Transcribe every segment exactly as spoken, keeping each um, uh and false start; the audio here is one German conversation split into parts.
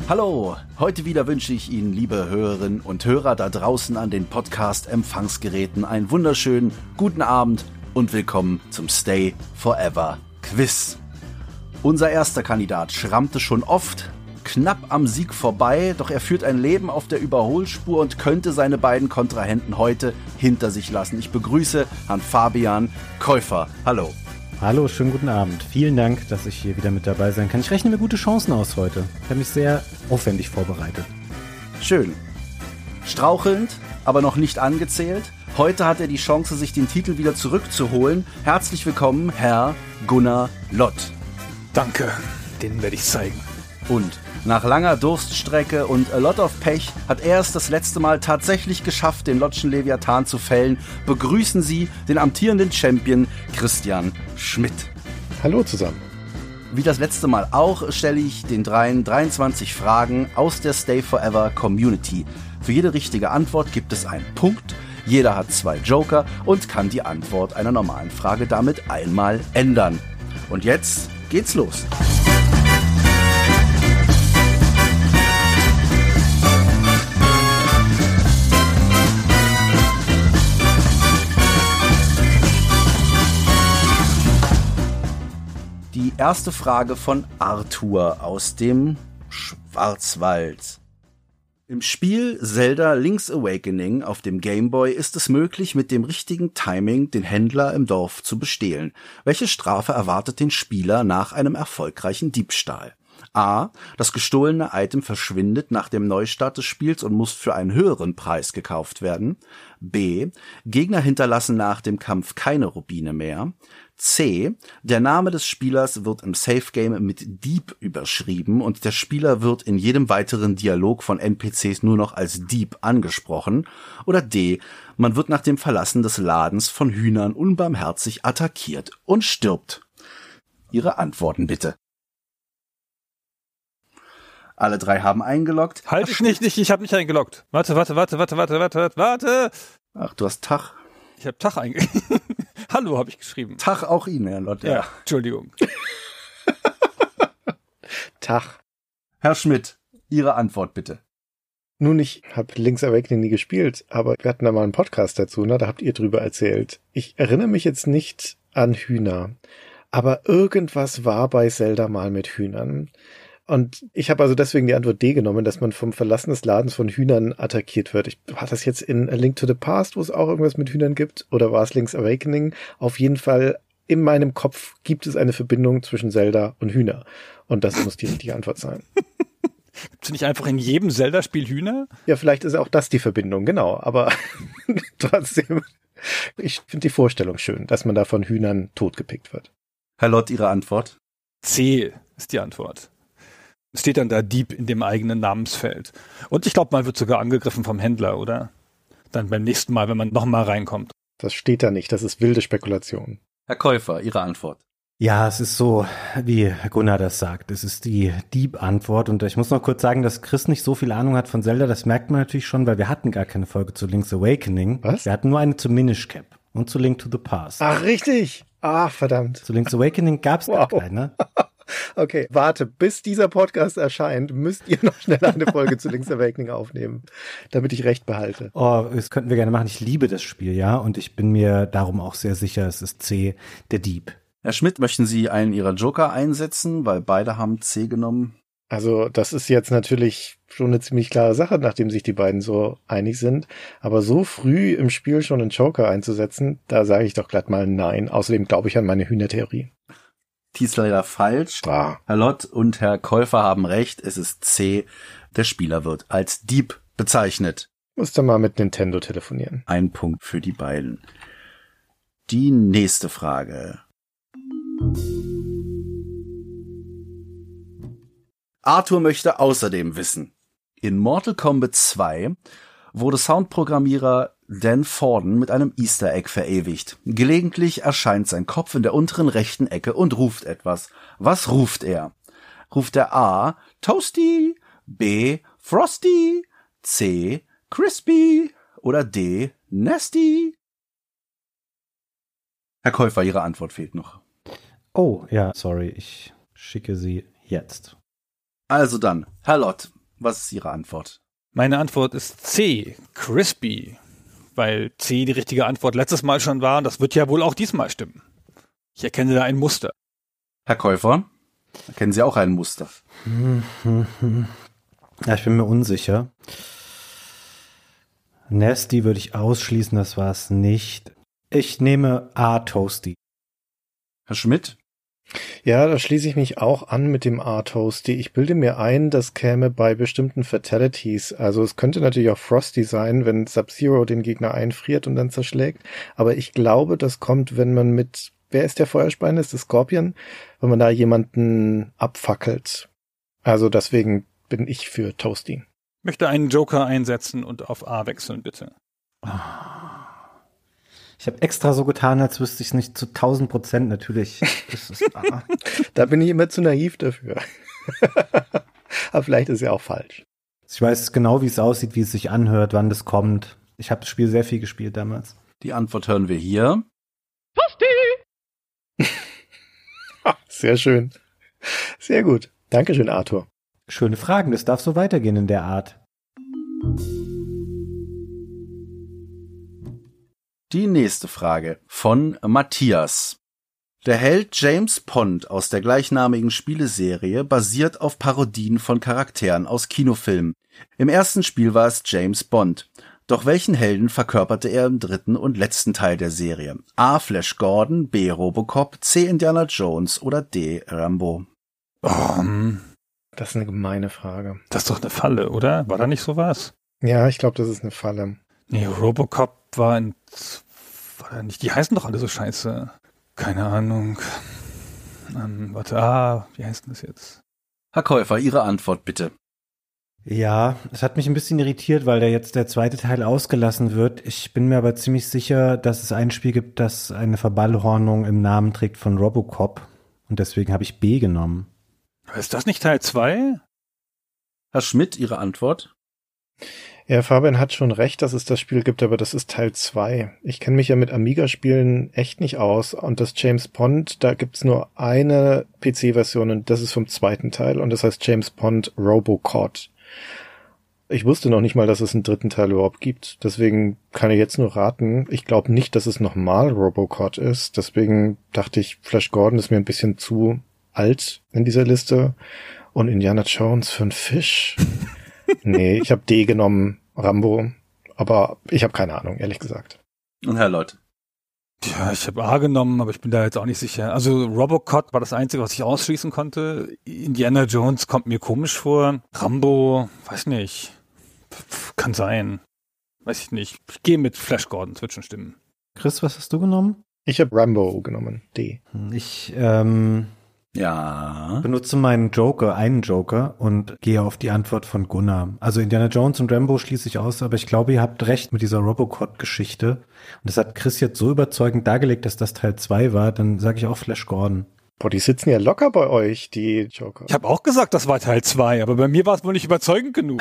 Hallo, heute wieder wünsche ich Ihnen, liebe Hörerinnen und Hörer da draußen an den Podcast-Empfangsgeräten, einen wunderschönen guten Abend und willkommen zum Stay Forever Quiz. Unser erster Kandidat schrammte schon oft knapp am Sieg vorbei, doch er führt ein Leben auf der Überholspur und könnte seine beiden Kontrahenten heute hinter sich lassen. Ich begrüße Herrn Fabian Käufer. Hallo. Hallo, schönen guten Abend. Vielen Dank, dass ich hier wieder mit dabei sein kann. Ich rechne mir gute Chancen aus heute. Ich habe mich sehr aufwendig vorbereitet. Schön. Strauchelnd, aber noch nicht angezählt. Heute hat er die Chance, sich den Titel wieder zurückzuholen. Herzlich willkommen, Herr Gunnar Lott. Danke, den werde ich zeigen. Und nach langer Durststrecke und a lot of Pech hat er es das letzte Mal tatsächlich geschafft, den Lottschen Leviathan zu fällen. Begrüßen Sie den amtierenden Champion Christian Schmidt. Hallo zusammen. Wie das letzte Mal auch stelle ich den dreien dreiundzwanzig Fragen aus der Stay Forever Community. Für jede richtige Antwort gibt es einen Punkt. Jeder hat zwei Joker und kann die Antwort einer normalen Frage damit einmal ändern. Und jetzt geht's los. Die erste Frage von Arthur aus dem Schwarzwald. Im Spiel Zelda Link's Awakening auf dem Game Boy ist es möglich, mit dem richtigen Timing den Händler im Dorf zu bestehlen. Welche Strafe erwartet den Spieler nach einem erfolgreichen Diebstahl? A. Das gestohlene Item verschwindet nach dem Neustart des Spiels und muss für einen höheren Preis gekauft werden. B. Gegner hinterlassen nach dem Kampf keine Rubine mehr. C. Der Name des Spielers wird im Safe Game mit Dieb überschrieben und der Spieler wird in jedem weiteren Dialog von N P Cs nur noch als Dieb angesprochen. Oder D. Man wird nach dem Verlassen des Ladens von Hühnern unbarmherzig attackiert und stirbt. Ihre Antworten bitte. Alle drei haben eingeloggt. Halt ich nicht, nicht, ich habe nicht eingeloggt. Warte, warte, warte, warte, warte, warte, warte. Ach, du hast Tag. Ich habe Tag eingeloggt. Hallo, habe ich geschrieben. Tag auch Ihnen, Herr Lott. Ja, ja, Entschuldigung. Tag. Herr Schmidt, Ihre Antwort bitte. Nun, ich habe Link's Awakening nie gespielt, aber wir hatten da mal einen Podcast dazu, ne? Da habt ihr drüber erzählt. Ich erinnere mich jetzt nicht an Hühner, aber irgendwas war bei Zelda mal mit Hühnern. Und ich habe also deswegen die Antwort D genommen, dass man vom Verlassen des Ladens von Hühnern attackiert wird. Ich, war das jetzt in A Link to the Past, wo es auch irgendwas mit Hühnern gibt? Oder war es Link's Awakening? Auf jeden Fall, in meinem Kopf gibt es eine Verbindung zwischen Zelda und Hühner. Und das muss die richtige Antwort sein. Gibt es nicht einfach in jedem Zelda-Spiel Hühner? Ja, vielleicht ist auch das die Verbindung, genau. Aber trotzdem, ich finde die Vorstellung schön, dass man da von Hühnern totgepickt wird. Herr Lott, Ihre Antwort? C ist die Antwort. Steht dann da Dieb in dem eigenen Namensfeld. Und ich glaube, man wird sogar angegriffen vom Händler, oder? Dann beim nächsten Mal, wenn man nochmal reinkommt. Das steht da nicht, das ist wilde Spekulation. Herr Käufer, Ihre Antwort. Ja, es ist so, wie Gunnar das sagt. Es ist die Dieb-Antwort. Und ich muss noch kurz sagen, dass Chris nicht so viel Ahnung hat von Zelda. Das merkt man natürlich schon, weil wir hatten gar keine Folge zu Link's Awakening. Was? Wir hatten nur eine zu Minish Cap und zu Link to the Past. Ach, richtig. Ah, verdammt. Zu Link's Awakening gab es wow. gar keine. Okay, warte, bis dieser Podcast erscheint, müsst ihr noch schnell eine Folge zu Link's Awakening aufnehmen, damit ich recht behalte. Oh, das könnten wir gerne machen. Ich liebe das Spiel, ja, und ich bin mir darum auch sehr sicher, es ist C, der Dieb. Herr Schmidt, möchten Sie einen Ihrer Joker einsetzen, weil beide haben C genommen? Also das ist jetzt natürlich schon eine ziemlich klare Sache, nachdem sich die beiden so einig sind. Aber so früh im Spiel schon einen Joker einzusetzen, da sage ich doch glatt mal nein. Außerdem glaube ich an meine Hühnertheorie. Die ist leider falsch. Ah. Herr Lott und Herr Käufer haben recht. Es ist C. Der Spieler wird als Dieb bezeichnet. Muss dann mal mit Nintendo telefonieren. Ein Punkt für die beiden. Die nächste Frage. Arthur möchte außerdem wissen. In Mortal Kombat zwei wurde Soundprogrammierer Dan Forden mit einem Easter Egg verewigt. Gelegentlich erscheint sein Kopf in der unteren rechten Ecke und ruft etwas. Was ruft er? Ruft er A. Toasty, B. Frosty, C. Crispy oder D. Nasty? Herr Käufer, Ihre Antwort fehlt noch. Oh, ja, sorry, ich schicke sie jetzt. Also dann, Herr Lott, was ist Ihre Antwort? Meine Antwort ist C, Crispy, weil C die richtige Antwort letztes Mal schon war und das wird ja wohl auch diesmal stimmen. Ich erkenne da ein Muster. Herr Käufer, erkennen Sie auch ein Muster? Ja, ich bin mir unsicher. Nasty würde ich ausschließen, das war es nicht. Ich nehme A, Toasty. Herr Schmidt? Ja, da schließe ich mich auch an mit dem A-Toasty. Ich bilde mir ein, das käme bei bestimmten Fatalities. Also es könnte natürlich auch Frosty sein, wenn Sub-Zero den Gegner einfriert und dann zerschlägt. Aber ich glaube, das kommt, wenn man mit, wer ist der Feuerspein? Ist das Scorpion? Wenn man da jemanden abfackelt. Also deswegen bin ich für Toasty. Ich möchte einen Joker einsetzen und auf A wechseln, bitte. Ich habe extra so getan, als wüsste ich es nicht zu tausend Prozent. Natürlich ist es A. Da bin ich immer zu naiv dafür. Aber vielleicht ist es ja auch falsch. Ich weiß genau, wie es aussieht, wie es sich anhört, wann das kommt. Ich habe das Spiel sehr viel gespielt damals. Die Antwort hören wir hier. Sehr schön. Sehr gut. Dankeschön, Arthur. Schöne Fragen, das darf so weitergehen in der Art. Die nächste Frage von Matthias. Der Held James Pond aus der gleichnamigen Spieleserie basiert auf Parodien von Charakteren aus Kinofilmen. Im ersten Spiel war es James Bond. Doch welchen Helden verkörperte er im dritten und letzten Teil der Serie? A. Flash Gordon, B. Robocop, C. Indiana Jones oder D. Rambo? Um, Das ist eine gemeine Frage. das ist doch eine Falle, oder? War da nicht sowas? Ja, ich glaube, das ist eine Falle. Nee, Robocop war in... War da nicht... Die heißen doch alle so scheiße. Keine Ahnung. Ähm, warte, ah, wie heißt denn das jetzt? Herr Käufer, Ihre Antwort bitte. Ja, es hat mich ein bisschen irritiert, weil da jetzt der zweite Teil ausgelassen wird. Ich bin mir aber ziemlich sicher, dass es ein Spiel gibt, das eine Verballhornung im Namen trägt von Robocop. Und deswegen habe ich B genommen. Ist das nicht Teil zwei? Herr Schmidt, Ihre Antwort? Ja, Fabian hat schon recht, dass es das Spiel gibt, aber das ist Teil zwei. Ich kenne mich ja mit Amiga-Spielen echt nicht aus. Und das James Pond, da gibt's nur eine P C-Version und das ist vom zweiten Teil und das heißt James Pond Robocop. Ich wusste noch nicht mal, dass es einen dritten Teil überhaupt gibt. Deswegen kann ich jetzt nur raten. Ich glaube nicht, dass es nochmal Robocop ist. Deswegen dachte ich, Flash Gordon ist mir ein bisschen zu alt in dieser Liste. Und Indiana Jones für einen Fisch. Nee, ich habe D genommen, Rambo. Aber ich habe keine Ahnung, ehrlich gesagt. Und Herr Lott? Ja, ich habe A genommen, aber ich bin da jetzt auch nicht sicher. Also Robocop war das Einzige, was ich ausschließen konnte. Indiana Jones kommt mir komisch vor. Rambo, weiß nicht. Pff, kann sein. Weiß ich nicht. Ich gehe mit Flash Gordon, das wird schon stimmen. Chris, was hast du genommen? Ich habe Rambo genommen, D. Ich ähm, Ja. benutze meinen Joker, einen Joker, und gehe auf die Antwort von Gunnar. Also Indiana Jones und Rambo schließe ich aus, aber ich glaube, ihr habt recht mit dieser Robocop-Geschichte. Und das hat Chris jetzt so überzeugend dargelegt, dass das Teil zwei war, dann sage ich auch Flash Gordon. Boah, die sitzen ja locker bei euch, die Joker. Ich habe auch gesagt, das war Teil zwei, aber bei mir war es wohl nicht überzeugend genug.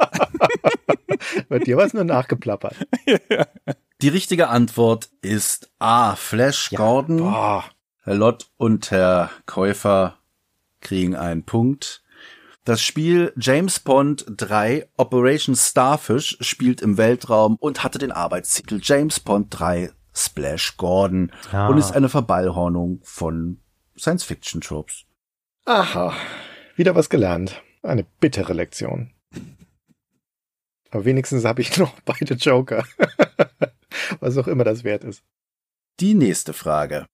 Bei dir war es nur nachgeplappert. Die richtige Antwort ist A. Flash Ja. Gordon. Boah. Herr Lott und Herr Käufer kriegen einen Punkt. Das Spiel James Bond drei Operation Starfish spielt im Weltraum und hatte den Arbeitstitel James Bond drei Splash Gordon Ah. und ist eine Verballhornung von Science-Fiction-Tropes. Aha, wieder was gelernt. Eine bittere Lektion. Aber wenigstens habe ich noch beide Joker. Was auch immer das wert ist. Die nächste Frage.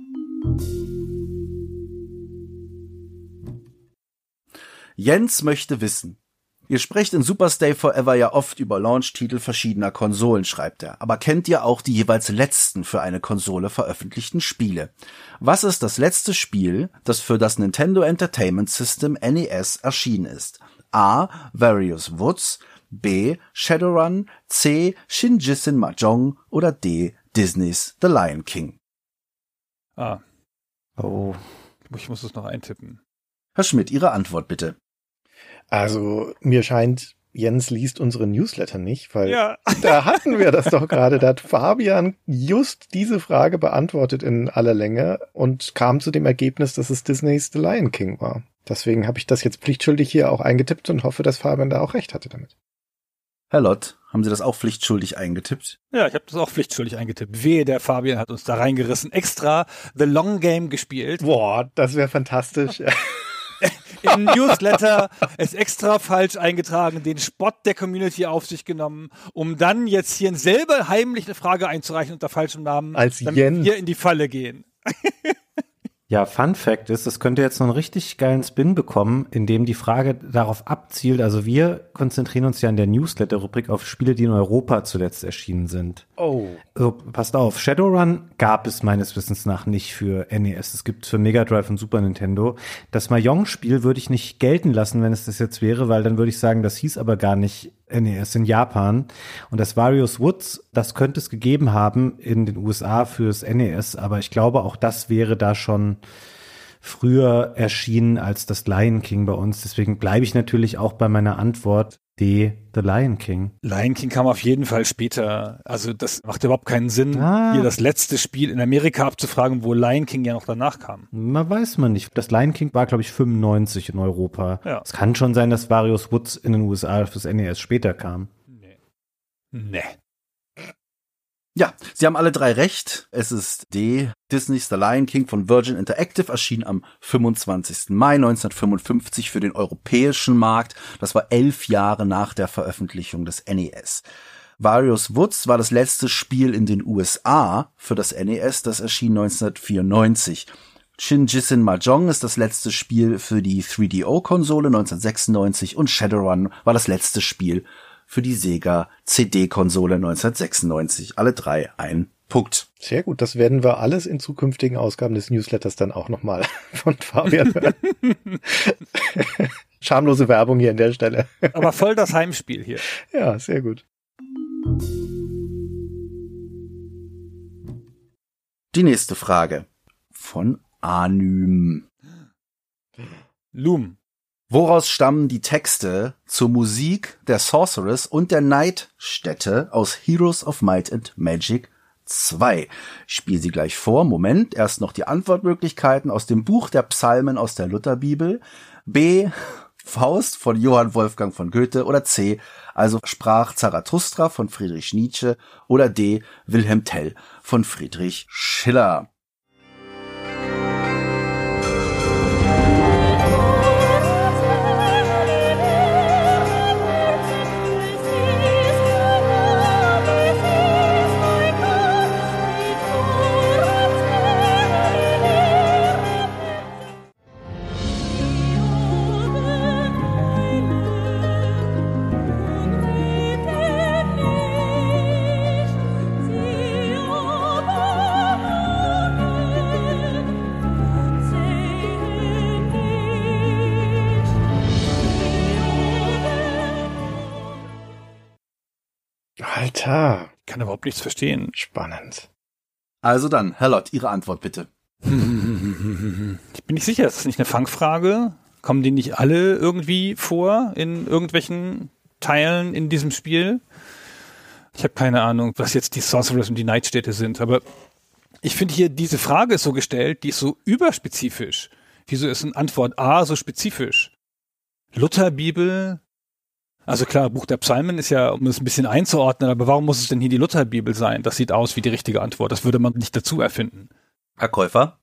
Jens möchte wissen. Ihr sprecht in Super Stay Forever ja oft über Launch-Titel verschiedener Konsolen, schreibt er. Aber kennt ihr auch die jeweils letzten für eine Konsole veröffentlichten Spiele? Was ist das letzte Spiel, das für das Nintendo Entertainment System N E S erschienen ist? A. Various Woods, B. Shadowrun, C. Shinjisen Mahjong oder D. Disneys The Lion King? Ah, Oh. ich muss es noch eintippen. Herr Schmidt, Ihre Antwort bitte. Also, mir scheint, Jens liest unsere Newsletter nicht, weil Ja. da hatten wir das doch gerade. Da hat Fabian just diese Frage beantwortet in aller Länge und kam zu dem Ergebnis, dass es Disneys The Lion King war. Deswegen habe ich das jetzt pflichtschuldig hier auch eingetippt und hoffe, dass Fabian da auch recht hatte damit. Herr Lott, haben Sie das auch pflichtschuldig eingetippt? Ja, ich habe das auch pflichtschuldig eingetippt. Wehe, der Fabian hat uns da reingerissen. Extra The Long Game gespielt. Boah, das wäre fantastisch. Im Newsletter es extra falsch eingetragen, den Spott der Community auf sich genommen, um dann jetzt hier selber heimlich eine Frage einzureichen unter falschem Namen, als damit Jens wir in die Falle gehen. Ja, Fun Fact ist, das könnte jetzt noch einen richtig geilen Spin bekommen, indem die Frage darauf abzielt, also wir konzentrieren uns ja in der Newsletter-Rubrik auf Spiele, die in Europa zuletzt erschienen sind. Oh. So, passt auf, Shadowrun gab es meines Wissens nach nicht für N E S, es gibt für Mega Drive und Super Nintendo. Das Mahjong-Spiel würde ich nicht gelten lassen, wenn es das jetzt wäre, weil dann würde ich sagen, das hieß aber gar nicht N E S in Japan. Und das Wario's Woods, das könnte es gegeben haben in den U S A fürs N E S, aber ich glaube, auch das wäre da schon früher erschienen als das Lion King bei uns. Deswegen bleibe ich natürlich auch bei meiner Antwort D, The Lion King. Lion King kam auf jeden Fall später. Also das macht überhaupt keinen Sinn, Ah. hier das letzte Spiel in Amerika abzufragen, wo Lion King ja noch danach kam. Man weiß man nicht. Das Lion King war, glaube ich, fünfundneunzig in Europa. Ja. Es kann schon sein, dass Wario's Woods in den U S A fürs N E S später kam. Nee. Nee. Ja, Sie haben alle drei recht. Es ist D. Disney's The Lion King von Virgin Interactive, erschien am fünfundzwanzigsten Mai neunzehnhundertfünfundfünfzig für den europäischen Markt. Das war elf Jahre nach der Veröffentlichung des N E S. Wario's Woods war das letzte Spiel in den U S A für das N E S, das erschien neunzehnhundertvierundneunzig. Shin Jisin Mahjong ist das letzte Spiel für die drei D O-Konsole neunzehnhundertsechsundneunzig und Shadowrun war das letzte Spiel für die Sega C D-Konsole neunzehnhundertsechsundneunzig. Alle drei ein Punkt. Sehr gut, das werden wir alles in zukünftigen Ausgaben des Newsletters dann auch nochmal von Fabian hören. Schamlose Werbung hier an der Stelle. Aber voll das Heimspiel hier. Ja, sehr gut. Die nächste Frage von Anym. Loom. Woraus stammen die Texte zur Musik der Sorceress und der Nightstätte aus Heroes of Might and Magic zwei? Ich spiele sie gleich vor. Moment, erst noch die Antwortmöglichkeiten aus dem Buch der Psalmen aus der Lutherbibel. B. Faust von Johann Wolfgang von Goethe oder C. Also sprach Zarathustra von Friedrich Nietzsche oder D. Wilhelm Tell von Friedrich Schiller. Alter. Ich kann überhaupt nichts verstehen. Spannend. Also dann, Herr Lott, Ihre Antwort bitte. Ich bin nicht sicher, ist das nicht eine Fangfrage? Kommen die nicht alle irgendwie vor in irgendwelchen Teilen in diesem Spiel? Ich habe keine Ahnung, was jetzt die Sorceress und die Nightstädte sind, aber ich finde hier, diese Frage ist so gestellt, die ist so überspezifisch. Wieso ist eine Antwort A so spezifisch? Lutherbibel? Also klar, Buch der Psalmen ist ja, um es ein bisschen einzuordnen, aber warum muss es denn hier die Lutherbibel sein? Das sieht aus wie die richtige Antwort. Das würde man nicht dazu erfinden. Herr Käufer?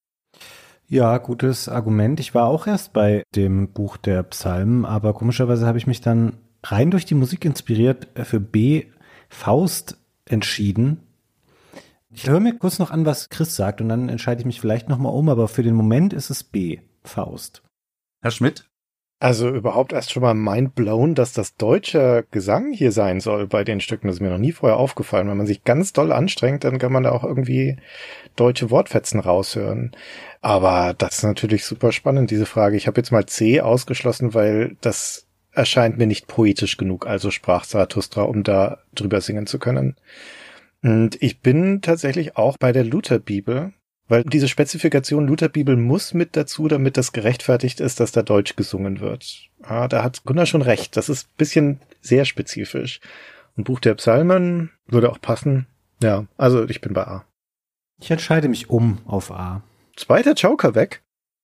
Ja, gutes Argument. Ich war auch erst bei dem Buch der Psalmen, aber komischerweise habe ich mich dann rein durch die Musik inspiriert für B. Faust entschieden. Ich höre mir kurz noch an, was Chris sagt und dann entscheide ich mich vielleicht nochmal um, aber für den Moment ist es B. Faust. Herr Schmidt? Also überhaupt erst schon mal mindblown, dass das deutsche Gesang hier sein soll bei den Stücken. Das ist mir noch nie vorher aufgefallen. Wenn man sich ganz doll anstrengt, dann kann man da auch irgendwie deutsche Wortfetzen raushören. Aber das ist natürlich super spannend, diese Frage. Ich habe jetzt mal C ausgeschlossen, weil das erscheint mir nicht poetisch genug, also sprach Zarathustra, um da drüber singen zu können. Und ich bin tatsächlich auch bei der Lutherbibel, weil diese Spezifikation Lutherbibel muss mit dazu, damit das gerechtfertigt ist, dass da Deutsch gesungen wird. Ah, da hat Gunnar schon recht. Das ist ein bisschen sehr spezifisch. Und Buch der Psalmen würde auch passen. Ja, also ich bin bei A. Ich entscheide mich um auf A. Zweiter Joker weg.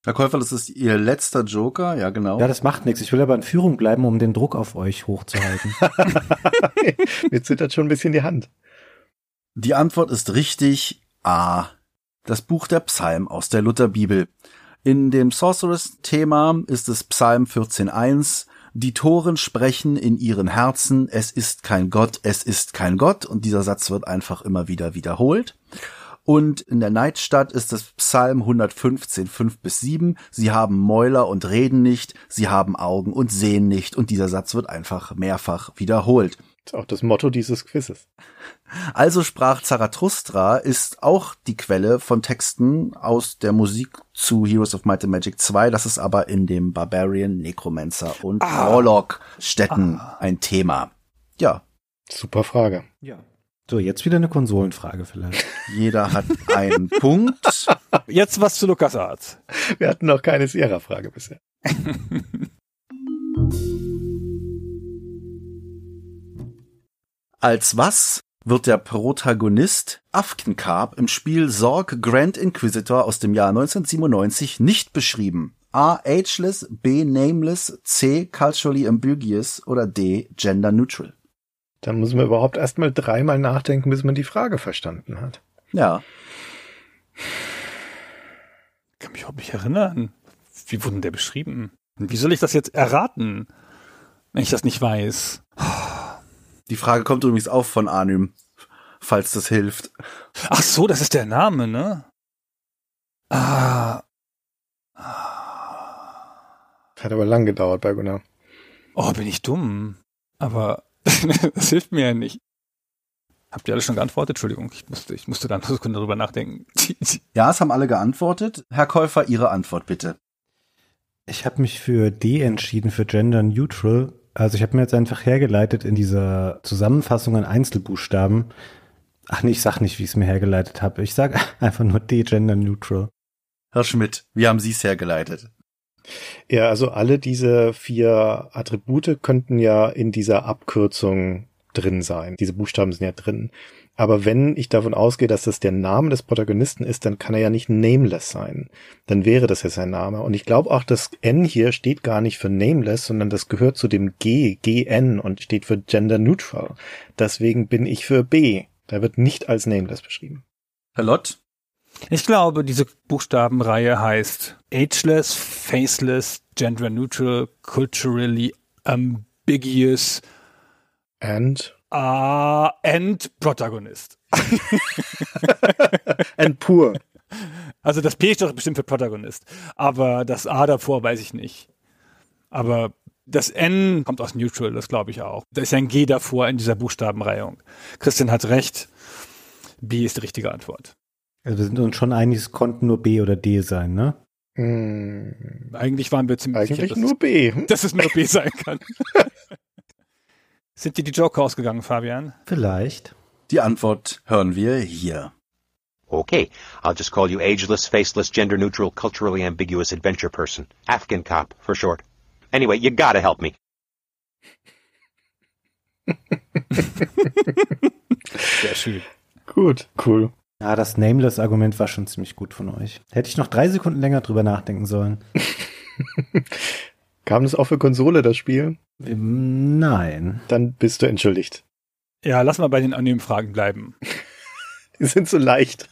Herr Käufer, das ist Ihr letzter Joker, ja genau. Ja, das macht nichts. Ich will aber in Führung bleiben, um den Druck auf euch hochzuhalten. Mir zittert schon ein bisschen die Hand. Die Antwort ist richtig A. Das Buch der Psalm aus der Lutherbibel. In dem Sorceress-Thema ist es Psalm vierzehn eins. Die Toren sprechen in ihren Herzen, es ist kein Gott, es ist kein Gott. Und dieser Satz wird einfach immer wieder wiederholt. Und in der Neidstadt ist es Psalm hundertfünfzehn, fünf bis sieben. Sie haben Mäuler und reden nicht, sie haben Augen und sehen nicht. Und dieser Satz wird einfach mehrfach wiederholt. Das ist auch das Motto dieses Quizzes. Also sprach Zarathustra ist auch die Quelle von Texten aus der Musik zu Heroes of Might and Magic zwei. Das ist aber in dem Barbarian, Necromancer und Ah. Warlock-Städten Ah. ein Thema. Ja, Super Frage. Ja. So, jetzt wieder eine Konsolenfrage vielleicht. jeder hat einen Punkt. Jetzt was zu LucasArts. Wir hatten noch keine Sierra-Frage bisher. Als was wird der Protagonist Afkenkarp im Spiel Zork Grand Inquisitor aus dem Jahr neunzehnhundertsiebenundneunzig nicht beschrieben? A. Ageless, B. Nameless, C. Culturally ambiguous oder D. Gender neutral? Dann muss man überhaupt erstmal dreimal nachdenken, bis man die Frage verstanden hat. Ja, Ich kann mich überhaupt nicht erinnern. Wie wurde denn der beschrieben? Und wie soll ich das jetzt erraten, wenn ich das nicht weiß? die Frage kommt übrigens auch von Anym, falls das hilft. Ach so, das ist der Name, ne? Ah. Hat aber lang gedauert bei Gunnar. Oh, bin ich dumm. Aber das hilft mir ja nicht. Habt ihr alle schon geantwortet? Entschuldigung, ich musste, ich musste da eine Sekunde drüber nachdenken. Ja, es haben alle geantwortet. Herr Käufer, Ihre Antwort bitte. Ich habe mich für D entschieden, für Gender Neutral. Also ich habe mir jetzt einfach hergeleitet in dieser Zusammenfassung an Einzelbuchstaben. Ach nee, ich sag nicht, wie ich es mir hergeleitet habe. Ich sage einfach nur D, Gender Neutral. Herr Schmidt, wie haben Sie es hergeleitet? Ja, also alle diese vier Attribute könnten ja in dieser Abkürzung drin sein. Diese Buchstaben sind ja drin. Aber wenn ich davon ausgehe, dass das der Name des Protagonisten ist, dann kann er ja nicht nameless sein. Dann wäre das ja sein Name. Und ich glaube auch, das N hier steht gar nicht für nameless, sondern das gehört zu dem G, G N und steht für gender neutral. Deswegen bin ich für B. Da wird nicht als nameless beschrieben. Herr Lott? Ich glaube, diese Buchstabenreihe heißt Ageless, Faceless, Gender Neutral, Culturally Ambiguous And? uh, and Protagonist. And pur. Also das P steht doch bestimmt für Protagonist. Aber das A davor weiß ich nicht. Aber das N kommt aus Neutral, das glaube ich auch. Da ist ja ein G davor in dieser Buchstabenreihung. Christian hat recht. B ist die richtige Antwort. Also wir sind uns schon einig, es konnten nur B oder D sein, ne? Hm, Eigentlich waren wir ziemlich eigentlich sicher, dass, nur B. dass es nur B sein kann. Sind dir die Joker ausgegangen, Fabian? Vielleicht. Die Antwort hören wir hier. Okay, I'll just call you ageless, faceless, gender-neutral, culturally ambiguous adventure person. Afghan cop, for short. Anyway, you gotta help me. Sehr schön. Gut, cool. Ja, das Nameless-Argument war schon ziemlich gut von euch. Hätte ich noch drei Sekunden länger drüber nachdenken sollen. Kam das auch für Konsole, das Spiel? Ähm, Nein. Dann bist du entschuldigt. Ja, lass mal bei den anonymen Fragen bleiben. Die sind so leicht.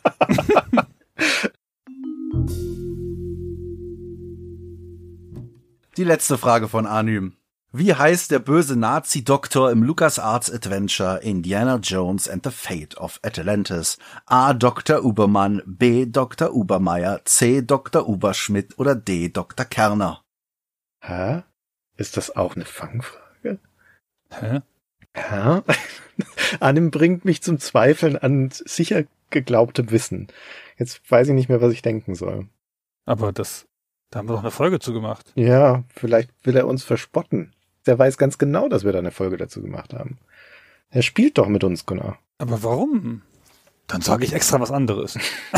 Die letzte Frage von Anym. Wie heißt der böse Nazi-Doktor im LucasArts Adventure Indiana Jones and the Fate of Atlantis? A. Doktor Ubermann, B. Doktor Ubermeier, C. Doktor Uberschmidt oder D. Doktor Kerner? Hä? Ist das auch eine Fangfrage? Hä? Hä? Anim bringt mich zum Zweifeln an sicher geglaubtem Wissen. Jetzt weiß ich nicht mehr, was ich denken soll. Aber das, da haben wir doch eine Folge zu gemacht. Ja, vielleicht will er uns verspotten. Der weiß ganz genau, dass wir da eine Folge dazu gemacht haben. Er spielt doch mit uns, Gunnar. Aber warum? Dann sage ich extra was anderes.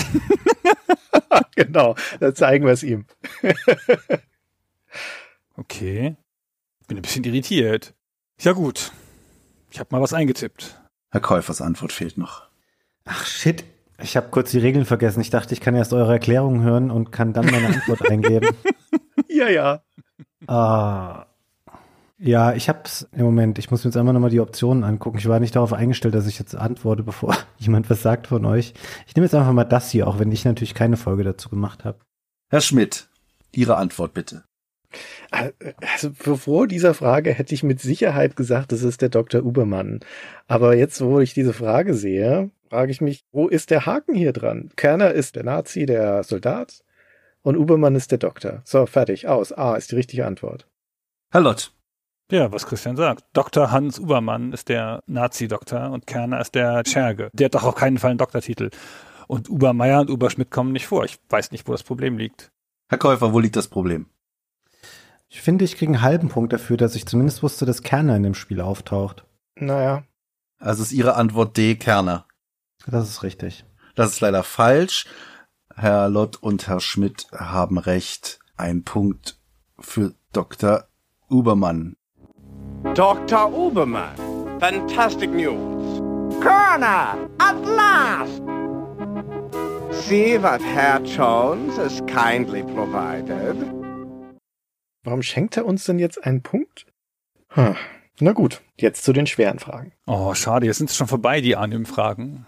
Genau, da zeigen wir es ihm. Okay. Bin ein bisschen irritiert. Ja gut. Ich habe mal was eingetippt. Herr Käufers Antwort fehlt noch. Ach shit, Ich habe kurz die Regeln vergessen. Ich dachte, ich kann erst eure Erklärung hören und kann dann meine Antwort eingeben. Ja, ja. Ah. Ja, ich hab's im Moment. Ich muss mir jetzt einmal nochmal die Optionen angucken. Ich war nicht darauf eingestellt, dass ich jetzt antworte, bevor jemand was sagt von euch. Ich nehme jetzt einfach mal das hier, auch wenn ich natürlich keine Folge dazu gemacht habe. Herr Schmidt, Ihre Antwort bitte. Also vor dieser Frage hätte ich mit Sicherheit gesagt, das ist der Doktor Ubermann. Aber jetzt, wo ich diese Frage sehe, frage ich mich, wo ist der Haken hier dran? Kerner ist der Nazi, der Soldat und Ubermann ist der Doktor. So, fertig, aus. A ist die richtige Antwort. Herr Lott. Ja, was Christian sagt. Doktor Hans Ubermann ist der Nazi-Doktor und Kerner ist der Scherge. Der hat doch auf keinen Fall einen Doktortitel. Und Ubermeier und Uberschmidt kommen nicht vor. Ich weiß nicht, wo das Problem liegt. Herr Käufer, wo liegt das Problem? Ich finde, ich kriege einen halben Punkt dafür, dass ich zumindest wusste, dass Kerner in dem Spiel auftaucht. Naja. Also ist Ihre Antwort D, Kerner. Das ist richtig. Das ist leider falsch. Herr Lott und Herr Schmidt haben recht. Ein Punkt für Doktor Ubermann. Doktor Ubermann. Fantastic news. Kerner, at last! See what Herr Jones has kindly provided. Warum schenkt er uns denn jetzt einen Punkt? Hm. Na gut, jetzt zu den schweren Fragen. Oh, schade, jetzt sind es schon vorbei, die Anime-Fragen.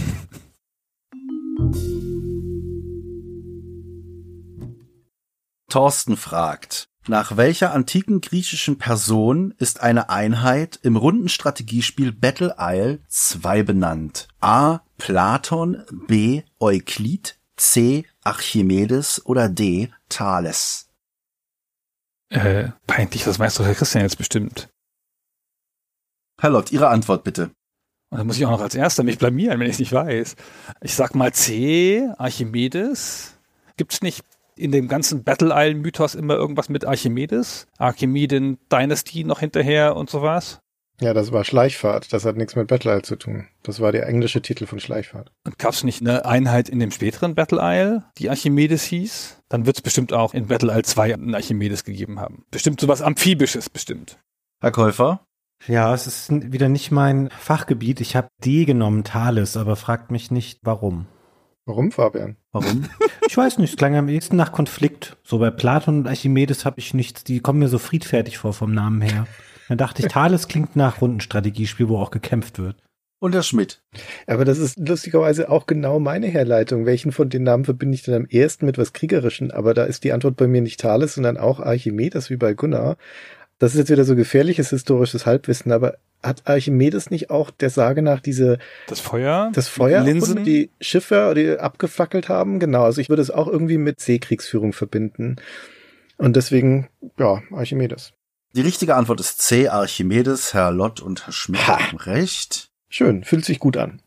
Thorsten fragt, nach welcher antiken griechischen Person ist eine Einheit im Rundenstrategiespiel Battle Isle zwei benannt? A. Platon, B. Euklid, C. Archimedes oder D. Thales? Äh, peinlich, das weiß doch Herr Christian jetzt bestimmt. Herr Lott, Ihre Antwort bitte. Und dann muss ich auch noch als Erster mich blamieren, wenn ich es nicht weiß. Ich sag mal C, Archimedes. Gibt's nicht in dem ganzen Battle Isle-Mythos immer irgendwas mit Archimedes? Archimeden Dynasty noch hinterher und sowas? Ja, das war Schleichfahrt. Das hat nichts mit Battle Isle zu tun. Das war der englische Titel von Schleichfahrt. Und gab's nicht eine Einheit in dem späteren Battle Isle, die Archimedes hieß? Dann wird's bestimmt auch in Battle Isle zwei einen Archimedes gegeben haben. Bestimmt sowas Amphibisches, bestimmt. Herr Käufer? Ja, es ist wieder nicht mein Fachgebiet. Ich habe D genommen, Thales, aber fragt mich nicht, warum. Warum, Fabian? Warum? Ich weiß nicht, es klang am ehesten nach Konflikt. So bei Platon und Archimedes habe ich nichts, die kommen mir so friedfertig vor vom Namen her. Dann dachte ich, Thales klingt nach Rundenstrategiespiel, wo auch gekämpft wird. Und Herr Schmidt? Aber das ist lustigerweise auch genau meine Herleitung. Welchen von den Namen verbinde ich denn am ehesten mit was Kriegerischen? Aber da ist die Antwort bei mir nicht Thales, sondern auch Archimedes wie bei Gunnar. Das ist jetzt wieder so gefährliches historisches Halbwissen, aber hat Archimedes nicht auch der Sage nach diese Das Feuer? das Feuer Linsen? und die Schiffe, die abgefackelt haben? Genau, also ich würde es auch irgendwie mit Seekriegsführung verbinden. Und deswegen, ja, Archimedes. Die richtige Antwort ist C, Archimedes. Herr Lott und Herr Schmidt Ha. haben recht. Schön, fühlt sich gut an.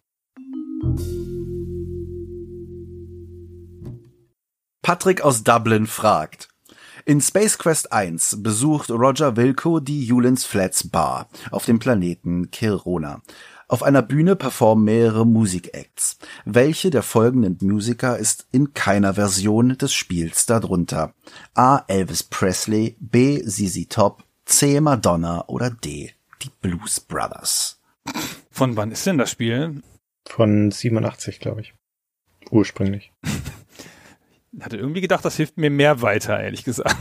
Patrick aus Dublin fragt, in Space Quest eins besucht Roger Wilco die Yulin's Flats Bar auf dem Planeten Kirona. Auf einer Bühne performen mehrere Musikacts. Welche der folgenden Musiker ist in keiner Version des Spiels darunter? A. Elvis Presley, B. Z Z Top, C. Madonna oder D. die Blues Brothers? Von wann ist denn das Spiel? Von siebenundachtzig, glaube ich. Ursprünglich. Hatte irgendwie gedacht, das hilft mir mehr weiter, ehrlich gesagt.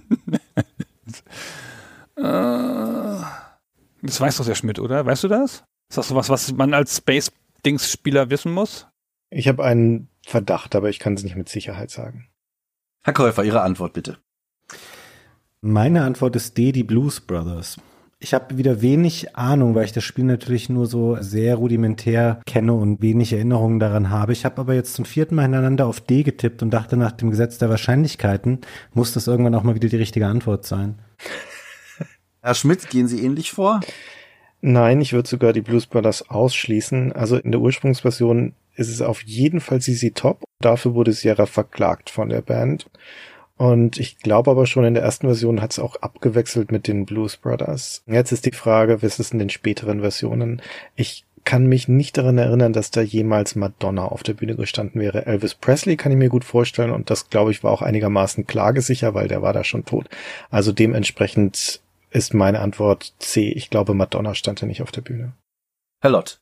Das weiß doch der Schmidt, oder? Weißt du das? Ist das sowas, was man als Space-Dings-Spieler wissen muss? Ich habe einen Verdacht, aber ich kann es nicht mit Sicherheit sagen. Herr Käufer, Ihre Antwort bitte. Meine Antwort ist D, die Blues Brothers. Ich habe wieder wenig Ahnung, weil ich das Spiel natürlich nur so sehr rudimentär kenne und wenig Erinnerungen daran habe. Ich habe aber jetzt zum vierten Mal hintereinander auf D getippt und dachte, nach dem Gesetz der Wahrscheinlichkeiten muss das irgendwann auch mal wieder die richtige Antwort sein. Herr Schmidt, gehen Sie ähnlich vor? Nein, ich würde sogar die Blues Brothers ausschließen. Also in der Ursprungsversion ist es auf jeden Fall Z Z Top. Dafür wurde Sierra verklagt von der Band. Und ich glaube aber schon in der ersten Version hat es auch abgewechselt mit den Blues Brothers. Jetzt ist die Frage, was ist in den späteren Versionen? Ich kann mich nicht daran erinnern, dass da jemals Madonna auf der Bühne gestanden wäre. Elvis Presley kann ich mir gut vorstellen und das, glaube ich, war auch einigermaßen klagesicher, weil der war da schon tot. Also dementsprechend ist meine Antwort C. Ich glaube, Madonna stand da nicht auf der Bühne. Herr Lott.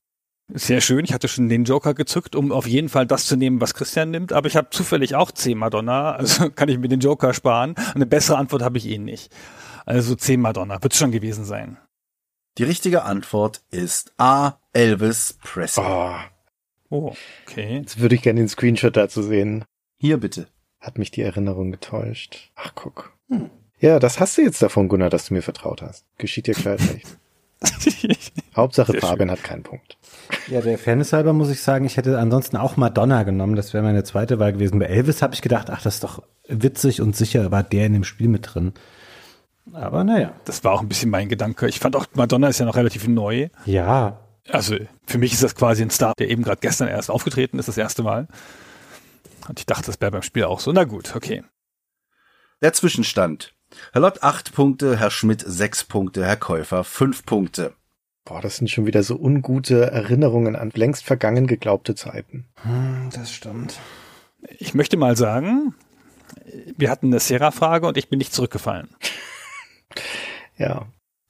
Sehr schön. Ich hatte schon den Joker gezückt, um auf jeden Fall das zu nehmen, was Christian nimmt. Aber ich habe zufällig auch C Madonna, also kann ich mir den Joker sparen. Eine bessere Antwort habe ich eh nicht. Also C Madonna wird es schon gewesen sein. Die richtige Antwort ist A. Elvis Presley. Oh, Oh, okay. jetzt würde ich gerne den Screenshot dazu sehen. Hier bitte. Hat mich die Erinnerung getäuscht. Ach, guck. Hm. Ja, das hast du jetzt davon, Gunnar, dass du mir vertraut hast. Geschieht dir klar recht. Hauptsache Sehr Fabian schön. hat keinen Punkt. Ja, der Fairness halber muss ich sagen, ich hätte ansonsten auch Madonna genommen. Das wäre meine zweite Wahl gewesen. Bei Elvis habe ich gedacht, ach, das ist doch witzig und sicher war der in dem Spiel mit drin. Aber naja. Das war auch ein bisschen mein Gedanke. Ich fand auch, Madonna ist ja noch relativ neu. Ja. Also für mich ist das quasi ein Star, der eben gerade gestern erst aufgetreten ist, das erste Mal. Und ich dachte, das wäre beim Spiel auch so. Na gut, okay. Der Zwischenstand. Herr Lott acht Punkte, Herr Schmidt sechs Punkte, Herr Käufer fünf Punkte. Boah, das sind schon wieder so ungute Erinnerungen an längst vergangen geglaubte Zeiten. Hm, das stimmt. Ich möchte mal sagen, wir hatten eine Sera-Frage und ich bin nicht zurückgefallen. Ja.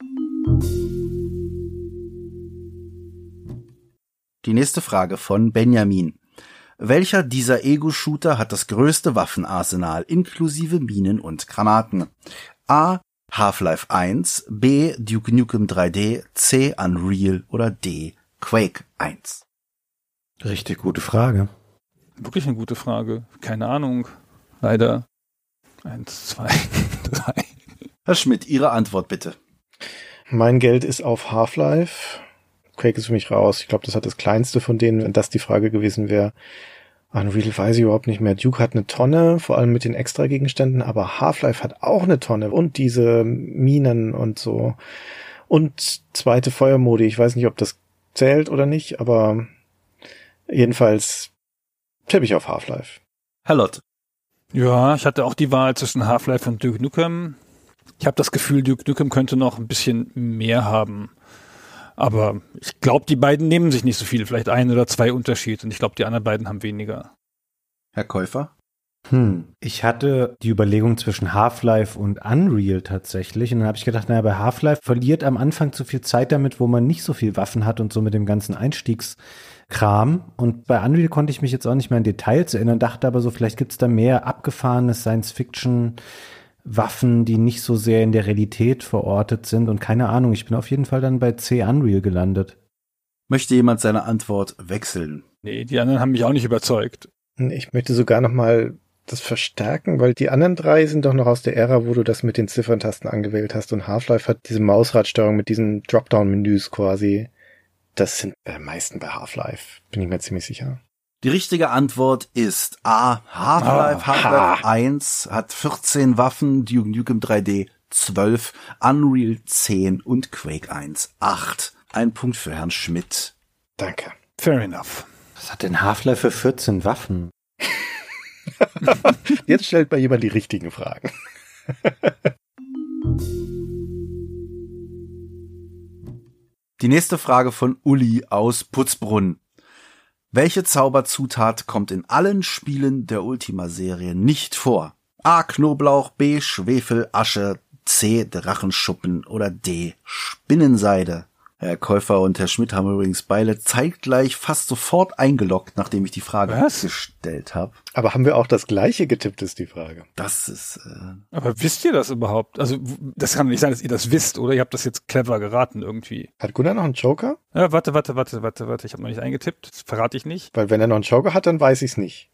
Die nächste Frage von Benjamin. Welcher dieser Ego-Shooter hat das größte Waffenarsenal inklusive Minen und Granaten? A. Half-Life eins, B. Duke Nukem drei D, C. Unreal oder D. Quake eins? Richtig gute Frage. Wirklich eine gute Frage. Keine Ahnung. Leider. Eins, zwei, drei. Herr Schmidt, Ihre Antwort bitte. Mein Geld ist auf Half-Life. Quake ist für mich raus. Ich glaube, das hat das kleinste von denen, wenn das die Frage gewesen wäre. Unreal weiß ich überhaupt nicht mehr. Duke hat eine Tonne, vor allem mit den Extra-Gegenständen, aber Half-Life hat auch eine Tonne und diese Minen und so. Und zweite Feuermodi. Ich weiß nicht, ob das zählt oder nicht, aber jedenfalls tippe ich auf Half-Life. Herr Lott. Ja, ich hatte auch die Wahl zwischen Half-Life und Duke Nukem. Ich habe das Gefühl, Duke Nukem könnte noch ein bisschen mehr haben. Aber ich glaube, die beiden nehmen sich nicht so viel. Vielleicht ein oder zwei Unterschied. Und ich glaube, die anderen beiden haben weniger. Herr Käufer? Hm. Ich hatte die Überlegung zwischen Half-Life und Unreal tatsächlich. Und dann habe ich gedacht, naja, bei Half-Life verliert am Anfang zu viel Zeit damit, wo man nicht so viel Waffen hat und so mit dem ganzen Einstiegskram. Und bei Unreal konnte ich mich jetzt auch nicht mehr an Details erinnern, dachte aber so, vielleicht gibt's da mehr abgefahrenes Science-Fiction- Waffen, die nicht so sehr in der Realität verortet sind und keine Ahnung, ich bin auf jeden Fall dann bei C Unreal gelandet. Möchte jemand seine Antwort wechseln? Nee, die anderen haben mich auch nicht überzeugt. Ich möchte sogar noch mal das verstärken, weil die anderen drei sind doch noch aus der Ära, wo du das mit den Zifferntasten angewählt hast und Half-Life hat diese Mausradsteuerung mit diesen Dropdown-Menüs quasi. Das sind am meisten bei Half-Life, bin ich mir ziemlich sicher. Die richtige Antwort ist A. Half-Life. Ah, Half-Life eins hat vierzehn Waffen, Duke Nukem drei D zwölf, Unreal zehn und Quake eins acht. Ein Punkt für Herrn Schmidt. Danke. Fair enough. Was hat denn Half-Life für vierzehn Waffen? Jetzt stellt mal jemand die richtigen Fragen. Die nächste Frage von Uli aus Putzbrunn. Welche Zauberzutat kommt in allen Spielen der Ultima-Serie nicht vor? A. Knoblauch, B. Schwefel, Asche, C. Drachenschuppen oder D. Spinnenseide? Herr Käufer und Herr Schmidt haben übrigens beide zeitgleich fast sofort eingeloggt, nachdem ich die Frage Was? gestellt habe. Aber haben wir auch das gleiche getippt, ist die Frage. Das ist... Äh Aber wisst ihr das überhaupt? Also das kann nicht sein, dass ihr das wisst, oder? Ihr habt das jetzt clever geraten irgendwie. Hat Gunnar noch einen Joker? Ja, warte, warte, warte, warte, warte. Ich habe noch nicht eingetippt. Das verrate ich nicht. Weil wenn er noch einen Joker hat, dann weiß ich es nicht.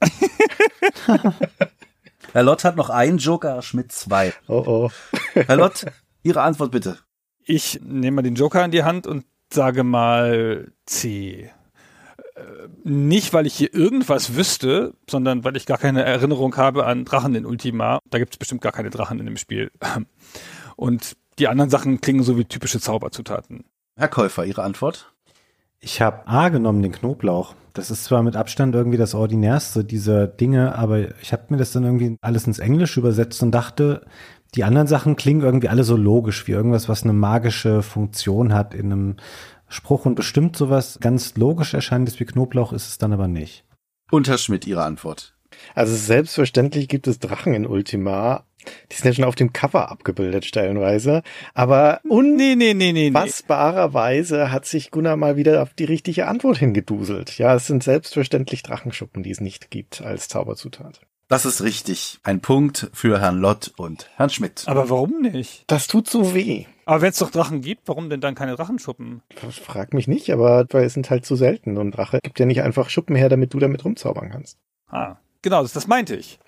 Herr Lott hat noch einen Joker, Herr Schmidt zwei. Oh oh. Herr Lott, Ihre Antwort bitte. Ich nehme mal den Joker in die Hand und sage mal C. Äh, nicht, weil ich hier irgendwas wüsste, sondern weil ich gar keine Erinnerung habe an Drachen in Ultima. Da gibt es bestimmt gar keine Drachen in dem Spiel. Und die anderen Sachen klingen so wie typische Zauberzutaten. Herr Käufer, Ihre Antwort? Ich habe A genommen, den Knoblauch. Das ist zwar mit Abstand irgendwie das Ordinärste dieser Dinge, aber ich habe mir das dann irgendwie alles ins Englische übersetzt und dachte, die anderen Sachen klingen irgendwie alle so logisch, wie irgendwas, was eine magische Funktion hat in einem Spruch und bestimmt sowas ganz logisch erscheinendes wie Knoblauch ist es dann aber nicht. Und Herr Schmidt, Ihre Antwort? Also selbstverständlich gibt es Drachen in Ultima, Die sind ja schon auf dem Cover abgebildet stellenweise. Aber nee, nee, nee, nee, unfassbarerweise hat sich Gunnar mal wieder auf die richtige Antwort hingeduselt. Ja, es sind selbstverständlich Drachenschuppen, die es nicht gibt als Zauberzutat. Das ist richtig. Ein Punkt für Herrn Lott und Herrn Schmidt. Aber warum nicht? Das tut so weh. Aber wenn es doch Drachen gibt, warum denn dann keine Drachenschuppen? Frag mich nicht, aber weil es sind halt zu selten. Und Drache gibt ja nicht einfach Schuppen her, damit du damit rumzaubern kannst. Ah, genau, das, das meinte ich.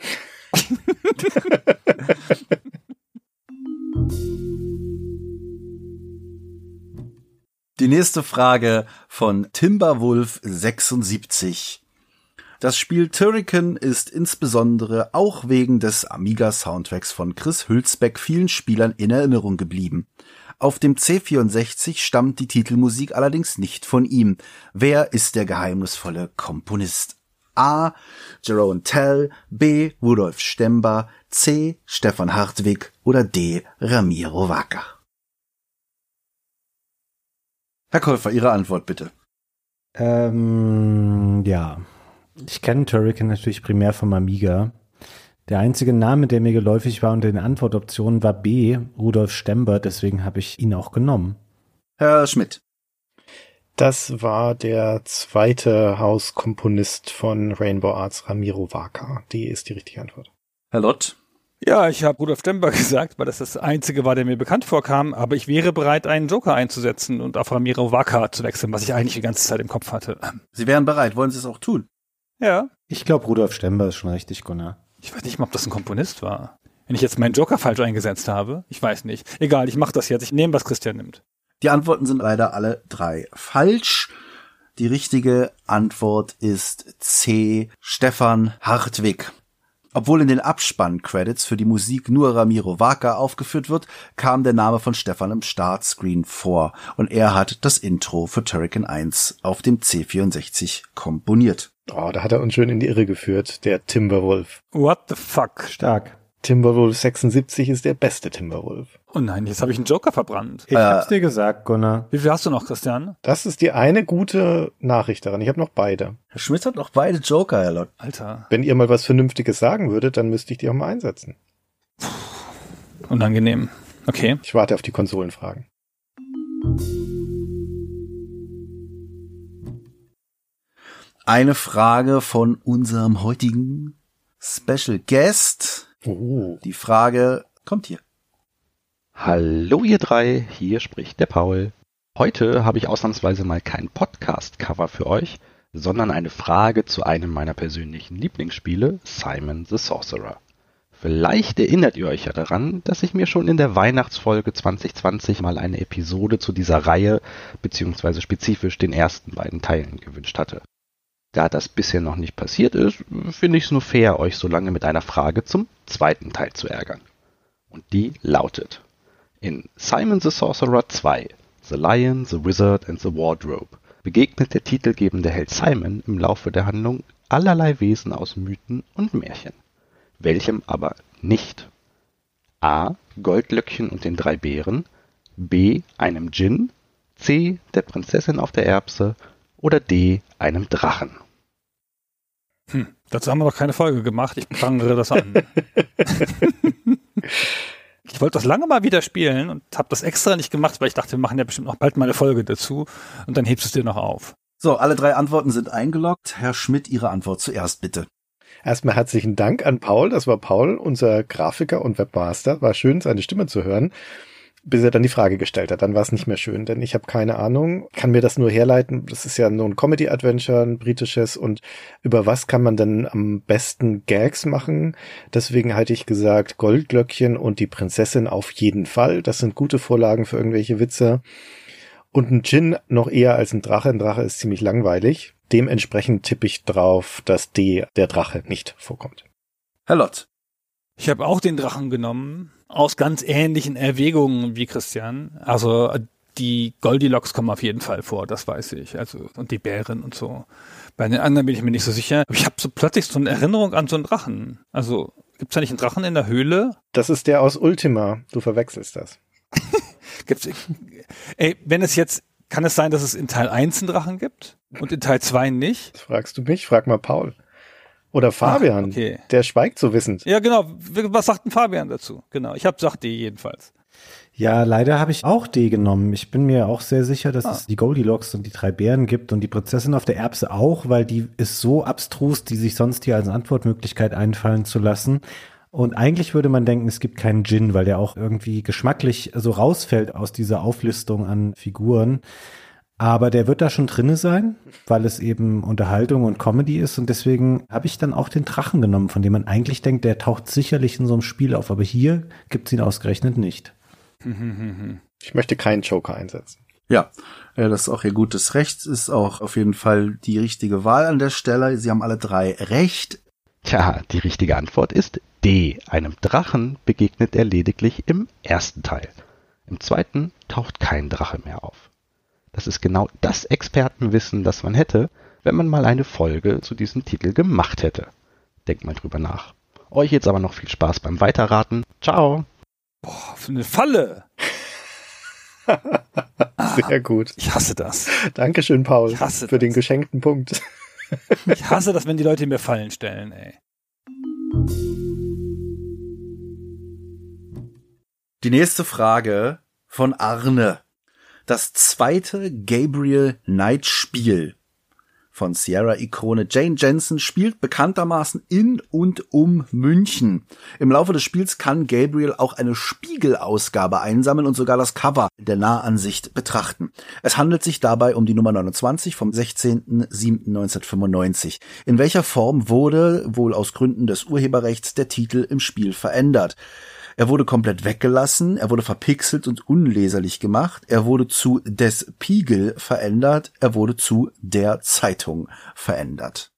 Die nächste Frage von Timberwolf sechsundsiebzig. Das Spiel Turrican ist insbesondere auch wegen des Amiga-Soundtracks von Chris Hülsbeck vielen Spielern in Erinnerung geblieben. Auf dem C vierundsechzig stammt die Titelmusik allerdings nicht von ihm. Wer ist der geheimnisvolle Komponist? A. Jerome Tell, B. Rudolf Stember, C. Stefan Hartwig oder D. Ramiro Vaca? Herr Käufer, Ihre Antwort bitte. Ähm, ja. Ich kenne Turrican natürlich primär vom Amiga. Der einzige Name, der mir geläufig war unter den Antwortoptionen, war B. Rudolf Stember, deswegen habe ich ihn auch genommen. Herr Schmidt. Das war der zweite Hauskomponist von Rainbow Arts, Ramiro Vaca. Die ist die richtige Antwort. Herr Lott. Ja, ich habe Rudolf Stember gesagt, weil das das einzige war, der mir bekannt vorkam, aber ich wäre bereit, einen Joker einzusetzen und auf Ramiro Vaca zu wechseln, was ich eigentlich die ganze Zeit im Kopf hatte. Sie wären bereit, wollen Sie es auch tun? Ja. Ich glaube, Rudolf Stember ist schon richtig, Gunnar. Ich weiß nicht mal, ob das ein Komponist war. Wenn ich jetzt meinen Joker falsch eingesetzt habe, ich weiß nicht. Egal, ich mache das jetzt. Ich nehme, was Christian nimmt. Die Antworten sind leider alle drei falsch. Die richtige Antwort ist C. Stefan Hartwig. Obwohl in den Abspann-Credits für die Musik nur Ramiro Vaca aufgeführt wird, kam der Name von Stefan im Startscreen vor und er hat das Intro für Turrican eins auf dem C vierundsechzig komponiert. Oh, da hat er uns schön in die Irre geführt, der Timberwolf. What the fuck? Stark. Timberwolf sechsundsiebzig ist der beste Timberwolf. Oh nein, jetzt habe ich einen Joker verbrannt. Ich äh, hab's dir gesagt, Gunnar. Wie viel hast du noch, Christian? Das ist die eine gute Nachricht daran. Ich habe noch beide. Herr Schmidt hat noch beide Joker, Herr Lott. Alter. Wenn ihr mal was Vernünftiges sagen würdet, dann müsste ich die auch mal einsetzen. Unangenehm. Okay. Ich warte auf die Konsolenfragen. Eine Frage von unserem heutigen Special Guest. Oh. Die Frage kommt hier. Hallo ihr drei, hier spricht der Paul. Heute habe ich ausnahmsweise mal kein Podcast-Cover für euch, sondern eine Frage zu einem meiner persönlichen Lieblingsspiele, Simon the Sorcerer. Vielleicht erinnert ihr euch ja daran, dass ich mir schon in der Weihnachtsfolge zwanzig zwanzig mal eine Episode zu dieser Reihe, beziehungsweise spezifisch den ersten beiden Teilen gewünscht hatte. Da das bisher noch nicht passiert ist, finde ich es nur fair, euch so lange mit einer Frage zum zweiten Teil zu ärgern. Und die lautet: In Simon the Sorcerer zwei, The Lion, the Wizard and the Wardrobe begegnet der titelgebende Held Simon im Laufe der Handlung allerlei Wesen aus Mythen und Märchen. Welchem aber nicht? A. Goldlöckchen und den drei Bären, B. einem Djinn, C. der Prinzessin auf der Erbse oder D. einem Drachen. Hm, dazu haben wir noch keine Folge gemacht. Ich prangere das an. Ich wollte das lange mal wieder spielen und habe das extra nicht gemacht, weil ich dachte, wir machen ja bestimmt noch bald mal eine Folge dazu und dann hebst du es dir noch auf. So, alle drei Antworten sind eingeloggt. Herr Schmidt, Ihre Antwort zuerst bitte. Erstmal herzlichen Dank an Paul. Das war Paul, unser Grafiker und Webmaster. War schön, seine Stimme zu hören, bis er dann die Frage gestellt hat. Dann war es nicht mehr schön, denn ich habe keine Ahnung, kann mir das nur herleiten. Das ist ja nur ein Comedy-Adventure, ein britisches, und über was kann man denn am besten Gags machen? Deswegen hatte ich gesagt, Goldglöckchen und die Prinzessin auf jeden Fall. Das sind gute Vorlagen für irgendwelche Witze. Und ein Djinn noch eher als ein Drache. Ein Drache ist ziemlich langweilig. Dementsprechend tippe ich drauf, dass D, der Drache, nicht vorkommt. Herr Lott. Ich habe auch den Drachen genommen, aus ganz ähnlichen Erwägungen wie Christian. Also die Goldilocks kommen auf jeden Fall vor, das weiß ich. Also und die Bären und so. Bei den anderen bin ich mir nicht so sicher. Aber ich habe so plötzlich so eine Erinnerung an so einen Drachen. Also gibt's da nicht einen Drachen in der Höhle? Das ist der aus Ultima. Du verwechselst das. Gibt's? Ey, wenn es jetzt, kann es sein, dass es in Teil eins einen Drachen gibt und in Teil zwei nicht? Das fragst du mich? Frag mal Paul. Oder Fabian, Ach, okay. Der schweigt so wissend. Ja, genau. Was sagt denn Fabian dazu? Genau, ich habe sagt D jedenfalls. Ja, leider habe ich auch D genommen. Ich bin mir auch sehr sicher, dass ah. es die Goldilocks und die drei Bären gibt und die Prinzessin auf der Erbse auch, weil die ist so abstrus, die sich sonst hier als Antwortmöglichkeit einfallen zu lassen. Und eigentlich würde man denken, es gibt keinen Djinn, weil der auch irgendwie geschmacklich so rausfällt aus dieser Auflistung an Figuren. Aber der wird da schon drinne sein, weil es eben Unterhaltung und Comedy ist. Und deswegen habe ich dann auch den Drachen genommen, von dem man eigentlich denkt, der taucht sicherlich in so einem Spiel auf. Aber hier gibt es ihn ausgerechnet nicht. Ich möchte keinen Joker einsetzen. Ja, das ist auch ihr gutes Recht. Ist auch auf jeden Fall die richtige Wahl an der Stelle. Sie haben alle drei recht. Tja, die richtige Antwort ist D. Einem Drachen begegnet er lediglich im ersten Teil. Im zweiten taucht kein Drache mehr auf. Das ist genau das Expertenwissen, das man hätte, wenn man mal eine Folge zu diesem Titel gemacht hätte. Denkt mal drüber nach. Euch jetzt aber noch viel Spaß beim Weiterraten. Ciao. Boah, für eine Falle. Sehr gut. Ich hasse das. Dankeschön, Paul, ich hasse für das. den geschenkten Punkt. Ich hasse das, wenn die Leute mir Fallen stellen, ey. Die nächste Frage von Arne. Das zweite Gabriel Knight Spiel von Sierra-Ikone Jane Jensen spielt bekanntermaßen in und um München. Im Laufe des Spiels kann Gabriel auch eine Spiegelausgabe einsammeln und sogar das Cover in der Nahansicht betrachten. Es handelt sich dabei um die Nummer neunundzwanzig vom sechzehnten siebten neunzehnhundertfünfundneunzig. In welcher Form wurde, wohl aus Gründen des Urheberrechts, der Titel im Spiel verändert? Er wurde komplett weggelassen, er wurde verpixelt und unleserlich gemacht, er wurde zu des Spiegel verändert, er wurde zu der Zeitung verändert.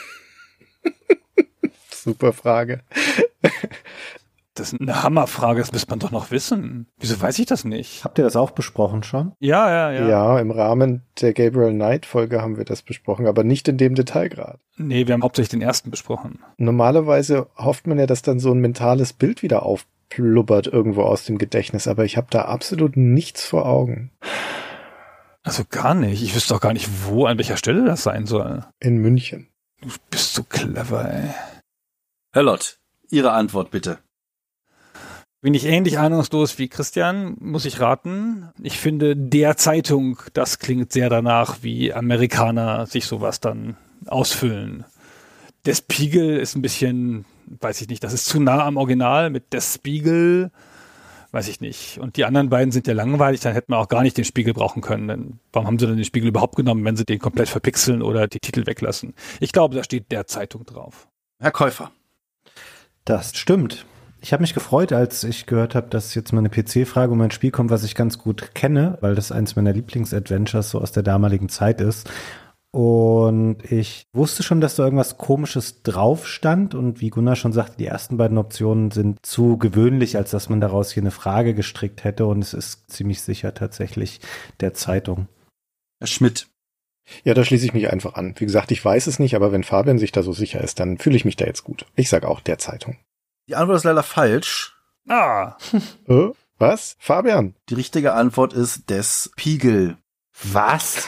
Super Frage. Das ist eine Hammerfrage, das müsste man doch noch wissen. Wieso weiß ich das nicht? Habt ihr das auch besprochen schon? Ja, ja, ja. Ja, im Rahmen der Gabriel Knight Folge haben wir das besprochen, aber nicht in dem Detailgrad. Nee, wir haben hauptsächlich den ersten besprochen. Normalerweise hofft man ja, dass dann so ein mentales Bild wieder aufplubbert irgendwo aus dem Gedächtnis, aber ich habe da absolut nichts vor Augen. Also gar nicht. Ich wüsste auch gar nicht, wo, an welcher Stelle das sein soll. In München. Du bist so clever, ey. Herr Lott, Ihre Antwort bitte. Bin ich ähnlich ahnungslos wie Christian, muss ich raten. Ich finde, der Zeitung, das klingt sehr danach, wie Amerikaner sich sowas dann ausfüllen. Der Spiegel ist ein bisschen, weiß ich nicht, das ist zu nah am Original mit der Spiegel, weiß ich nicht. Und die anderen beiden sind ja langweilig, dann hätten wir auch gar nicht den Spiegel brauchen können. Denn warum haben sie denn den Spiegel überhaupt genommen, wenn sie den komplett verpixeln oder die Titel weglassen? Ich glaube, da steht der Zeitung drauf. Herr Käufer. Das stimmt. Ich habe mich gefreut, als ich gehört habe, dass jetzt mal eine P C-Frage um ein Spiel kommt, was ich ganz gut kenne, weil das eins meiner Lieblings-Adventures so aus der damaligen Zeit ist. Und ich wusste schon, dass da irgendwas Komisches drauf stand. Und wie Gunnar schon sagte, die ersten beiden Optionen sind zu gewöhnlich, als dass man daraus hier eine Frage gestrickt hätte. Und es ist ziemlich sicher tatsächlich der Zeitung. Herr Schmidt. Ja, da schließe ich mich einfach an. Wie gesagt, ich weiß es nicht, aber wenn Fabian sich da so sicher ist, dann fühle ich mich da jetzt gut. Ich sage auch der Zeitung. Die Antwort ist leider falsch. Ah. äh, was? Fabian? Die richtige Antwort ist des Spiegel. Was?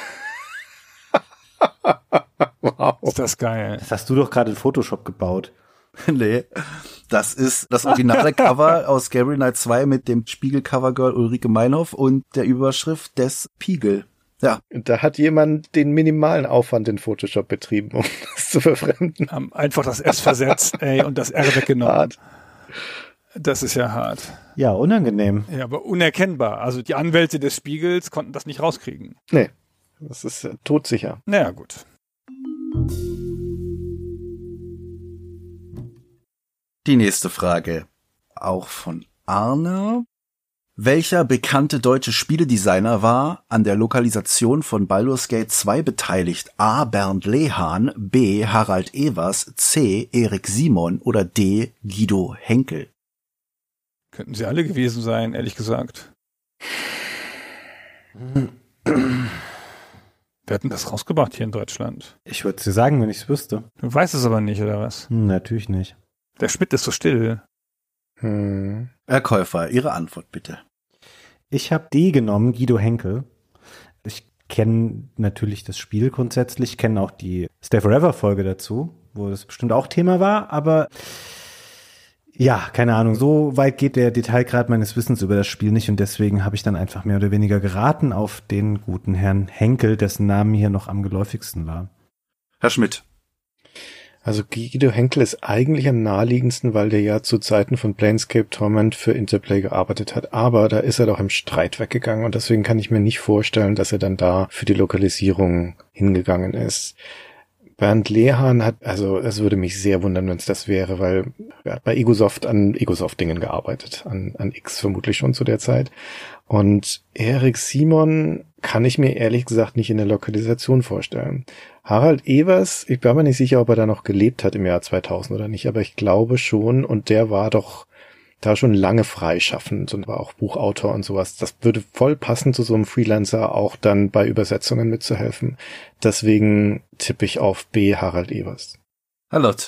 Wow. Ist das geil. Das hast du doch gerade in Photoshop gebaut. Nee, das ist das originale Cover aus Gabriel Knight zwei mit dem Spiegel-Covergirl Ulrike Meinhof und der Überschrift des Spiegel. Ja. Da hat jemand den minimalen Aufwand in Photoshop betrieben, um das zu verfremden. Haben einfach das S versetzt, ey, und das R weggenommen. Hart. Das ist ja hart. Ja, unangenehm. Ja, aber unerkennbar. Also die Anwälte des Spiegels konnten das nicht rauskriegen. Nee, das ist äh, todsicher. Naja, gut. Die nächste Frage, auch von Arne. Welcher bekannte deutsche Spieledesigner war an der Lokalisation von Baldur's Gate zwei beteiligt? A. Bernd Lehahn, B. Harald Evers, C. Erik Simon oder D. Guido Henkel? Könnten sie alle gewesen sein, ehrlich gesagt. Wer hat denn das rausgebracht hier in Deutschland? Ich würde es dir sagen, wenn ich es wüsste. Du weißt es aber nicht, oder was? Hm, natürlich nicht. Der Schmidt ist so still. Hm. Herr Käufer, Ihre Antwort bitte. Ich habe D genommen, Guido Henkel. Ich kenne natürlich das Spiel grundsätzlich, kenne auch die Stay Forever Folge dazu. wo das bestimmt auch Thema war, aber ja, keine Ahnung, so weit geht der Detailgrad meines Wissens über das Spiel nicht und deswegen habe ich dann einfach mehr oder weniger geraten auf den guten Herrn Henkel, dessen Namen hier noch am geläufigsten war. Herr Schmidt. Also Guido Henkel ist eigentlich am naheliegendsten, weil der ja zu Zeiten von Planescape Torment für Interplay gearbeitet hat. Aber da ist er doch im Streit weggegangen und deswegen kann ich mir nicht vorstellen, dass er dann da für die Lokalisierung hingegangen ist. Bernd Lehahn hat, also es würde mich sehr wundern, wenn es das wäre, weil er hat bei Egosoft an Egosoft-Dingen gearbeitet, an, an X vermutlich schon zu der Zeit. Und Erik Simon kann ich mir ehrlich gesagt nicht in der Lokalisation vorstellen. Harald Evers, ich bin mir nicht sicher, ob er da noch gelebt hat im Jahr zweitausend oder nicht, aber ich glaube schon und der war doch da schon lange freischaffend und war auch Buchautor und sowas. Das würde voll passen zu so einem Freelancer, auch dann bei Übersetzungen mitzuhelfen. Deswegen tippe ich auf B, Harald Evers. Herr Lott.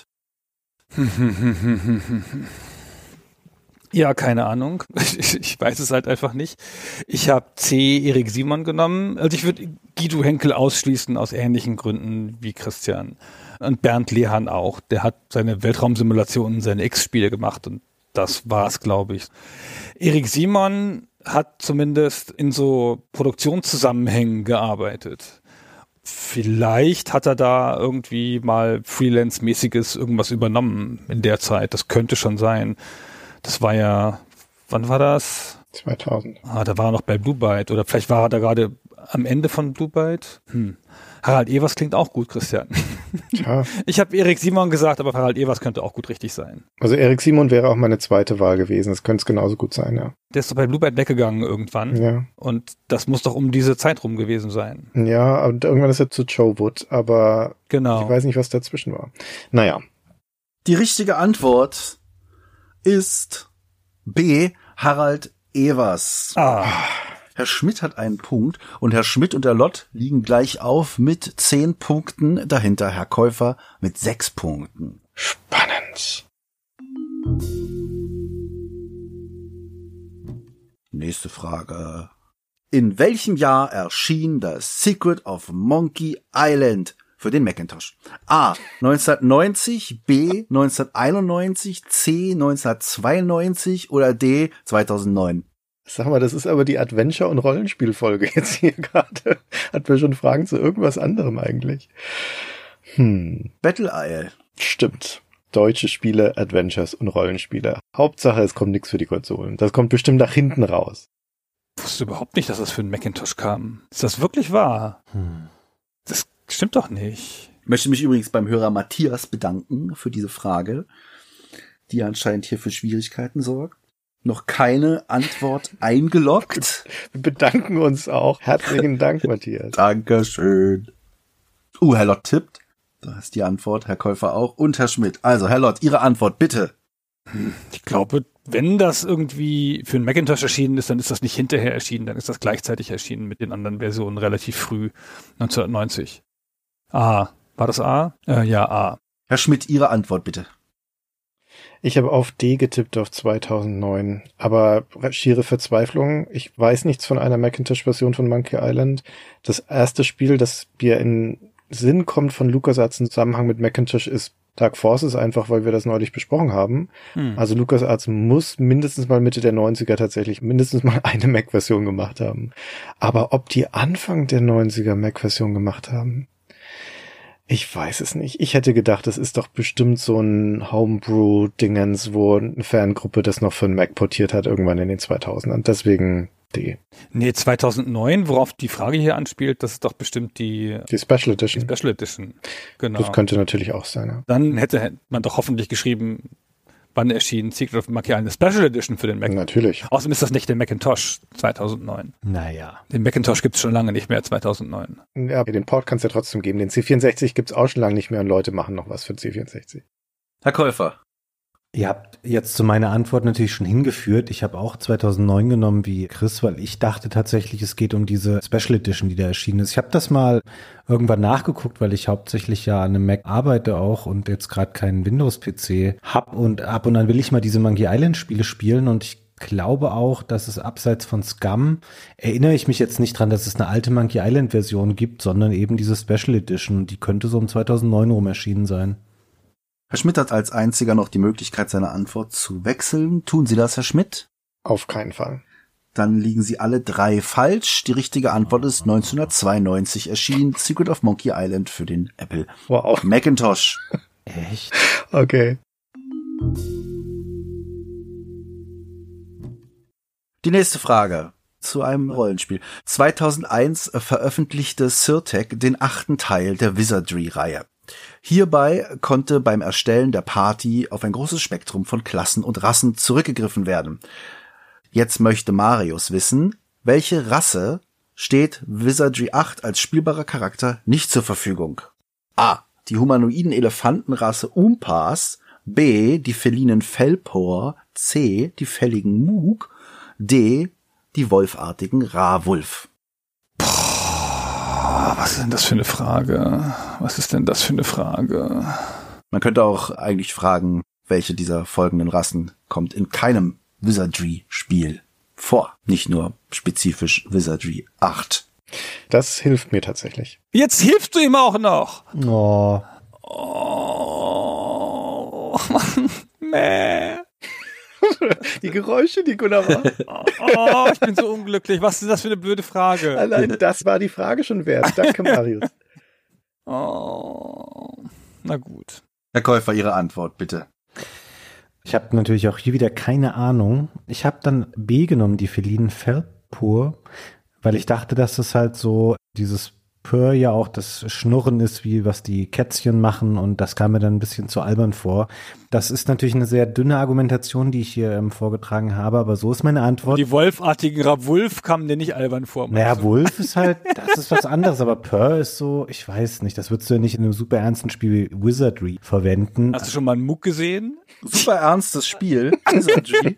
Ja, keine Ahnung. Ich, ich weiß es halt einfach nicht. Ich habe C, Erik Simon genommen. Also ich würde Guido Henkel ausschließen aus ähnlichen Gründen wie Christian. Und Bernd Lehahn auch. Der hat seine Weltraumsimulationen, seine X-Spiele gemacht und das war's, glaube ich. Erik Simon hat zumindest in so Produktionszusammenhängen gearbeitet. Vielleicht hat er da irgendwie mal Freelance-mäßiges irgendwas übernommen in der Zeit. Das könnte schon sein. Das war ja, wann war das? zweitausend. Ah, da war er noch bei Blue Byte. Oder vielleicht war er da gerade am Ende von Blue Byte. Hm. Harald Evers klingt auch gut, Christian. Tja. Ich habe Erik Simon gesagt, aber Harald Evers könnte auch gut richtig sein. Also Erik Simon wäre auch meine zweite Wahl gewesen. Das könnte es genauso gut sein, ja. Der ist doch bei Blue Byte weggegangen irgendwann. Ja. Und das muss doch um diese Zeit rum gewesen sein. Ja, und irgendwann ist er zu Joe Wood, aber genau. Ich weiß nicht, was dazwischen war. Naja. Die richtige Antwort ist B, Harald Evers. Ah. Herr Schmidt hat einen Punkt und Herr Schmidt und der Lott liegen gleich auf mit zehn Punkten. Dahinter Herr Käufer mit sechs Punkten. Spannend. Nächste Frage. In welchem Jahr erschien das Secret of Monkey Island für den Macintosh? A. neunzehnhundertneunzig, B. neunzehnhunderteinundneunzig, C. neunzehnhundertzweiundneunzig oder D. zweitausendneun? Sag mal, das ist aber die Adventure- und Rollenspielfolge jetzt hier gerade. Hat wir schon Fragen zu irgendwas anderem eigentlich? Hm. Battle Isle. Stimmt. Deutsche Spiele, Adventures und Rollenspiele. Hauptsache, es kommt nichts für die Konsolen. Das kommt bestimmt nach hinten raus. Ich wusste überhaupt nicht, dass das für einen Macintosh kam. Ist das wirklich wahr? Hm. Das stimmt doch nicht. Ich möchte mich übrigens beim Hörer Matthias bedanken für diese Frage, die anscheinend hier für Schwierigkeiten sorgt. Noch keine Antwort eingeloggt. Wir bedanken uns auch. Herzlichen Dank, Matthias. Dankeschön. Uh, Herr Lott tippt. Da ist die Antwort. Herr Käufer auch. Und Herr Schmidt. Also, Herr Lott, Ihre Antwort, bitte. Ich glaube, wenn das irgendwie für einen Macintosh erschienen ist, dann ist das nicht hinterher erschienen. Dann ist das gleichzeitig erschienen mit den anderen Versionen relativ früh, neunzehnhundertneunzig. A. War das A? Äh, ja, A. Herr Schmidt, Ihre Antwort, bitte. Ich habe auf D getippt, auf zweitausendneun, aber schiere Verzweiflung. Ich weiß nichts von einer Macintosh-Version von Monkey Island. Das erste Spiel, das mir in Sinn kommt von LucasArts im Zusammenhang mit Macintosh, ist Dark Forces, einfach weil wir das neulich besprochen haben. Hm. Also LucasArts muss mindestens mal Mitte der neunziger tatsächlich mindestens mal eine Mac-Version gemacht haben. Aber ob die Anfang der neunziger Mac-Version gemacht haben? Ich weiß es nicht. Ich hätte gedacht, das ist doch bestimmt so ein Homebrew-Dingens, wo eine Fangruppe das noch für einen Mac portiert hat, irgendwann in den zweitausendern. Deswegen D. Nee, zweitausendneun, worauf die Frage hier anspielt, das ist doch bestimmt die... Die Special Edition. Die Special Edition, genau. Das könnte natürlich auch sein, ja. Dann hätte man doch hoffentlich geschrieben, wann erschien Secret of Monkey Island, eine Special Edition für den Mac. Natürlich. Außerdem ist das nicht der Macintosh zweitausendneun. Naja. Den Macintosh gibt's schon lange nicht mehr, zweitausendneun. Ja, den Port kann's ja trotzdem geben. Den C vierundsechzig gibt's auch schon lange nicht mehr und Leute machen noch was für den C vierundsechzig. Herr Käufer. Ihr habt jetzt zu meiner Antwort natürlich schon hingeführt. Ich habe auch zweitausendneun genommen wie Chris, weil ich dachte tatsächlich, es geht um diese Special Edition, die da erschienen ist. Ich habe das mal irgendwann nachgeguckt, weil ich hauptsächlich ja an einem Mac arbeite auch und jetzt gerade keinen Windows-P C hab und ab und dann will ich mal diese Monkey Island Spiele spielen und ich glaube auch, dass es abseits von Scum, erinnere ich mich jetzt nicht dran, dass es eine alte Monkey Island Version gibt, sondern eben diese Special Edition und die könnte so um zweitausendneun rum erschienen sein. Herr Schmidt hat als einziger noch die Möglichkeit, seine Antwort zu wechseln. Tun Sie das, Herr Schmidt? Auf keinen Fall. Dann liegen Sie alle drei falsch. Die richtige Antwort ist neunzehnhundertzweiundneunzig erschienen Secret of Monkey Island für den Apple Wow. Macintosh. Echt? Okay. Die nächste Frage zu einem Rollenspiel. zweitausendeins veröffentlichte Sirtec den achten Teil der Wizardry-Reihe. Hierbei konnte beim Erstellen der Party auf ein großes Spektrum von Klassen und Rassen zurückgegriffen werden. Jetzt möchte Marius wissen, welche Rasse steht Wizardry acht als spielbarer Charakter nicht zur Verfügung? A. Die humanoiden Elefantenrasse Umpas, B. die felinen Felpor, C. die fälligen Moog, D. die wolfartigen Rawulf. Was ist denn das für eine Frage? Was ist denn das für eine Frage? Man könnte auch eigentlich fragen, welche dieser folgenden Rassen kommt in keinem Wizardry-Spiel vor. Nicht nur spezifisch Wizardry acht. Das hilft mir tatsächlich. Jetzt hilfst du ihm auch noch. Oh. Oh, Mann. Mäh. Die Geräusche, die Gunnar macht. Oh, ich bin so unglücklich. Was ist das für eine blöde Frage? Allein das war die Frage schon wert. Danke, Marius. Oh, na gut. Herr Käufer, Ihre Antwort, bitte. Ich habe natürlich auch hier wieder keine Ahnung. Ich habe dann B genommen, die felinen Felpur, weil ich dachte, dass das halt so dieses Purr ja auch das Schnurren ist, wie was die Kätzchen machen, und das kam mir dann ein bisschen zu albern vor. Das ist natürlich eine sehr dünne Argumentation, die ich hier ähm, vorgetragen habe, aber so ist meine Antwort. Die wolfartigen Rawulf kamen dir nicht albern vor. Naja, Wolf ist halt, das ist was anderes, aber Purr ist so, ich weiß nicht, das würdest du ja nicht in einem super ernsten Spiel wie Wizardry verwenden. Hast du schon mal einen Muck gesehen? Super ernstes Spiel. Wizardry.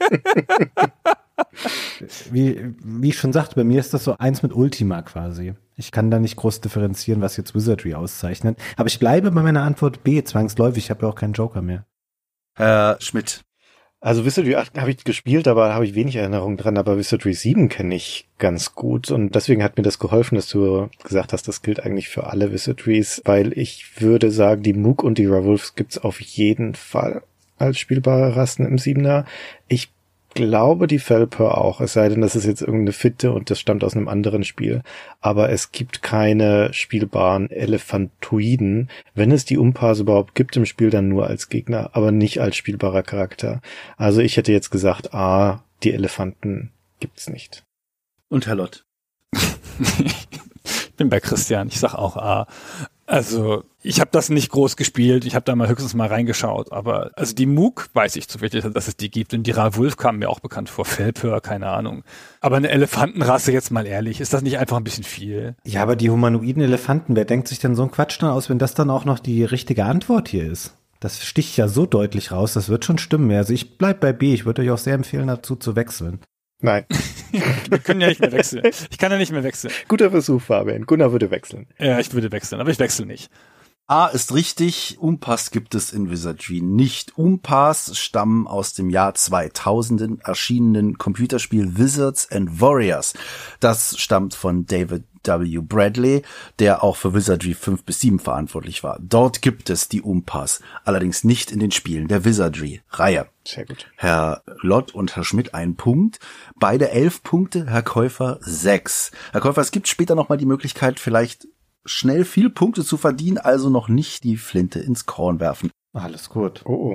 Wie, wie ich schon sagte, bei mir ist das so eins mit Ultima quasi. Ich kann da nicht groß differenzieren, was jetzt Wizardry auszeichnet. Aber ich bleibe bei meiner Antwort B, zwangsläufig. Ich habe ja auch keinen Joker mehr. Herr Schmidt. Also Wizardry acht habe ich gespielt, aber habe ich wenig Erinnerung dran. Aber Wizardry sieben kenne ich ganz gut. Und deswegen hat mir das geholfen, dass du gesagt hast, das gilt eigentlich für alle Wizardries. Weil ich würde sagen, die Moog und die Rawulfs gibt's auf jeden Fall als spielbare Rassen im Siebener. Ich glaube, die Felpur auch, es sei denn, das ist jetzt irgendeine Fitte und das stammt aus einem anderen Spiel. Aber es gibt keine spielbaren Elefantoiden. Wenn es die Umpas überhaupt gibt im Spiel, dann nur als Gegner, aber nicht als spielbarer Charakter. Also ich hätte jetzt gesagt, A, die Elefanten gibt's nicht. Und Herr Lott. Ich bin bei Christian, ich sag auch A. Also, ich habe das nicht groß gespielt, ich habe da mal höchstens mal reingeschaut, aber also die Moog weiß ich zufällig, dass es die gibt, und die Rawulf kam mir auch bekannt vor, Felpur, keine Ahnung. Aber eine Elefantenrasse, jetzt mal ehrlich, ist das nicht einfach ein bisschen viel? Ja, aber die humanoiden Elefanten, wer denkt sich denn so einen Quatsch dann aus, wenn das dann auch noch die richtige Antwort hier ist? Das sticht ja so deutlich raus, das wird schon stimmen. Also ich bleib bei B, ich würde euch auch sehr empfehlen, dazu zu wechseln. Nein. Wir können ja nicht mehr wechseln. Ich kann ja nicht mehr wechseln. Guter Versuch, Fabian. Gunnar würde wechseln. Ja, ich würde wechseln, aber ich wechsle nicht. A ist richtig, Umpas gibt es in Wizardry nicht. Umpas stammen aus dem Jahr zweitausend erschienenen Computerspiel Wizards and Warriors. Das stammt von David W. Bradley, der auch für Wizardry fünf bis sieben verantwortlich war. Dort gibt es die Umpas, allerdings nicht in den Spielen der Wizardry-Reihe. Sehr gut. Herr Lott und Herr Schmidt ein Punkt, beide elf Punkte, Herr Käufer sechs. Herr Käufer, es gibt später nochmal die Möglichkeit, vielleicht schnell viel Punkte zu verdienen, also noch nicht die Flinte ins Korn werfen. Alles gut. Oh, oh.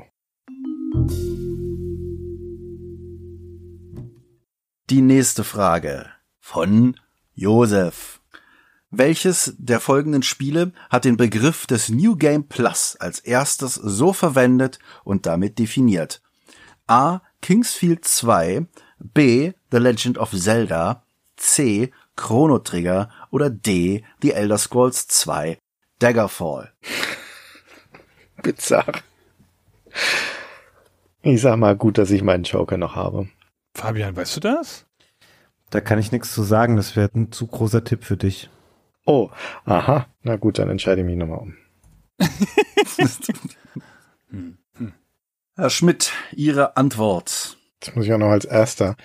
Die nächste Frage von Josef. Welches der folgenden Spiele hat den Begriff des New Game Plus als erstes so verwendet und damit definiert? A. Kingsfield zwei, B. The Legend of Zelda, C. Chrono Trigger oder D. The Elder Scrolls zwei, Daggerfall. Bizarr. Ich sag mal, gut, dass ich meinen Joker noch habe. Fabian, weißt du das? Da kann ich nichts zu sagen, das wäre ein zu großer Tipp für dich. Oh, aha. Na gut, dann entscheide ich mich nochmal um. hm. Hm. Herr Schmidt, Ihre Antwort. Das muss ich auch noch als Erster.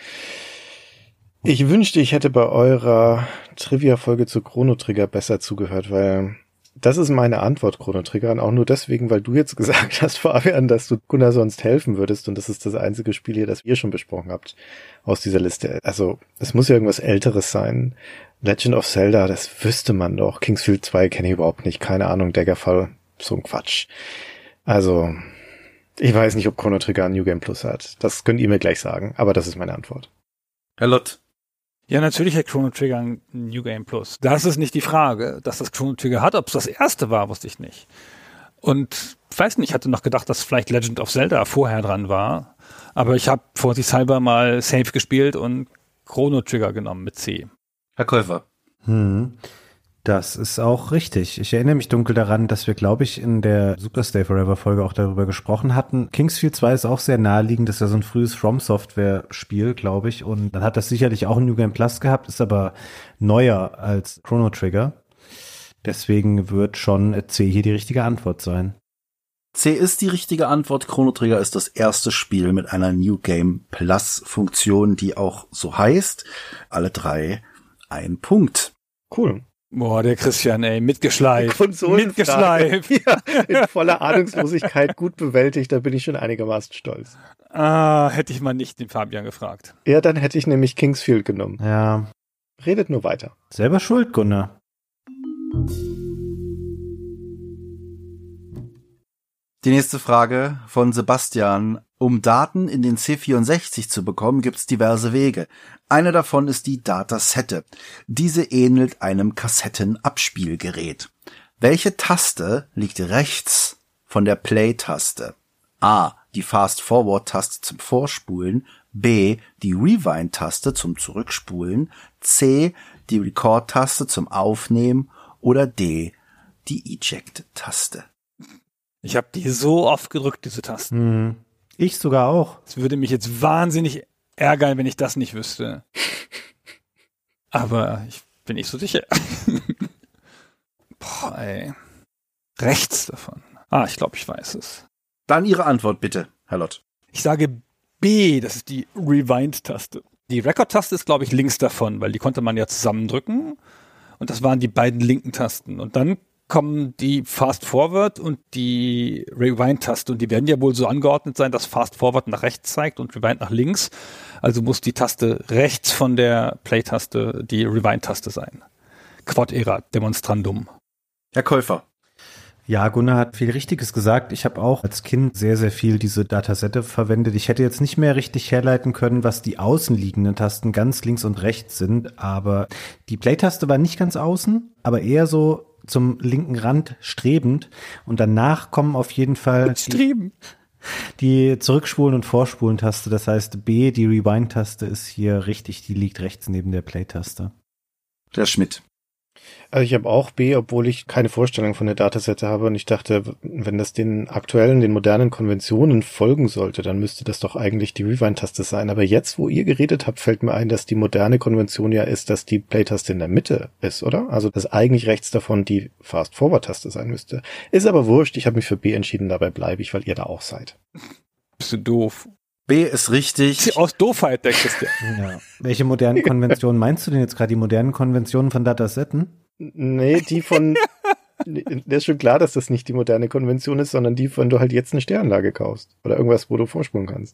Ich wünschte, ich hätte bei eurer Trivia-Folge zu Chrono Trigger besser zugehört, weil Das ist meine Antwort, Chrono Trigger, und auch nur deswegen, weil du jetzt gesagt hast, Fabian, dass du Gunnar sonst helfen würdest, und das ist das einzige Spiel hier, das ihr schon besprochen habt aus dieser Liste. Also, es muss ja irgendwas Älteres sein. Legend of Zelda, das wüsste man doch. Kingsfield zwei kenne ich überhaupt nicht, keine Ahnung, Daggerfall, so ein Quatsch. Also, ich weiß nicht, ob Chrono Trigger ein New Game Plus hat. Das könnt ihr mir gleich sagen, aber das ist meine Antwort. Herr Lott. Ja, natürlich hat Chrono Trigger ein New Game Plus. Das ist nicht die Frage, dass das Chrono Trigger hat. Ob es das erste war, wusste ich nicht. Und ich weiß nicht, ich hatte noch gedacht, dass vielleicht Legend of Zelda vorher dran war. Aber ich habe vorsichtshalber mal Safe gespielt und Chrono Trigger genommen mit C. Herr Käufer. Hm. Das ist auch richtig. Ich erinnere mich dunkel daran, dass wir, glaube ich, in der Super Stay Forever Folge auch darüber gesprochen hatten. Kingsfield zwei ist auch sehr naheliegend. Das ist ja so ein frühes From Software Spiel, glaube ich. Und dann hat das sicherlich auch ein New Game Plus gehabt, ist aber neuer als Chrono Trigger. Deswegen wird schon C hier die richtige Antwort sein. C ist die richtige Antwort. Chrono Trigger ist das erste Spiel mit einer New Game Plus Funktion, die auch so heißt. Alle drei ein Punkt. Cool. Boah, der Christian, ey, mitgeschleift. Mitgeschleift. Ja, in voller Ahnungslosigkeit gut bewältigt, da bin ich schon einigermaßen stolz. Ah, hätte ich mal nicht den Fabian gefragt. Ja, dann hätte ich nämlich Kingsfield genommen. Ja. Redet nur weiter. Selber schuld, Gunnar. Die nächste Frage von Sebastian. Um Daten in den C vierundsechzig zu bekommen, gibt's diverse Wege. Eine davon ist die Datasette. Diese ähnelt einem Kassettenabspielgerät. Welche Taste liegt rechts von der Play-Taste? A. Die Fast-Forward-Taste zum Vorspulen. B. Die Rewind-Taste zum Zurückspulen. C. Die Record-Taste zum Aufnehmen. Oder D. Die Eject-Taste. Ich habe die so oft gedrückt, diese Tasten. Hm. Ich sogar auch. Es würde mich jetzt wahnsinnig ärgern, wenn ich das nicht wüsste. Aber ich bin nicht so sicher. Boah, ey. Rechts davon. Ah, ich glaube, ich weiß es. Dann Ihre Antwort bitte, Herr Lott. Ich sage B, das ist die Rewind-Taste. Die Record-Taste ist, glaube ich, links davon, weil die konnte man ja zusammendrücken. Und das waren die beiden linken Tasten. Und dann kommen die Fast Forward und die Rewind-Taste. Und die werden ja wohl so angeordnet sein, dass Fast Forward nach rechts zeigt und Rewind nach links. Also muss die Taste rechts von der Play-Taste die Rewind-Taste sein. Quod erat demonstrandum. Herr Käufer. Ja, Gunnar hat viel Richtiges gesagt. Ich habe auch als Kind sehr, sehr viel diese Datasette verwendet. Ich hätte jetzt nicht mehr richtig herleiten können, was die außenliegenden Tasten ganz links und rechts sind. Aber die Play-Taste war nicht ganz außen, aber eher so zum linken Rand strebend. Und danach kommen auf jeden Fall Streben. Die, die Zurückspulen- und Vorspulen-Taste. Das heißt B, die Rewind-Taste ist hier richtig. Die liegt rechts neben der Play-Taste. Der Schmidt. Also ich habe auch B, obwohl ich keine Vorstellung von der Datasette habe und ich dachte, wenn das den aktuellen, den modernen Konventionen folgen sollte, dann müsste das doch eigentlich die Rewind-Taste sein. Aber jetzt, wo ihr geredet habt, fällt mir ein, dass die moderne Konvention ja ist, dass die Play-Taste in der Mitte ist, oder? Also dass eigentlich rechts davon die Fast-Forward-Taste sein müsste. Ist aber wurscht, ich habe mich für B entschieden, dabei bleibe ich, weil ihr da auch seid. Bist du doof. B ist richtig. Aus Doofheit, der Christian. Ja. Welche modernen Konventionen meinst du denn jetzt gerade? Die modernen Konventionen von Datasetten? Nee, die von, der ist schon klar, dass das nicht die moderne Konvention ist, sondern die, wenn du halt jetzt eine Stereoanlage kaufst. Oder irgendwas, wo du vorspulen kannst.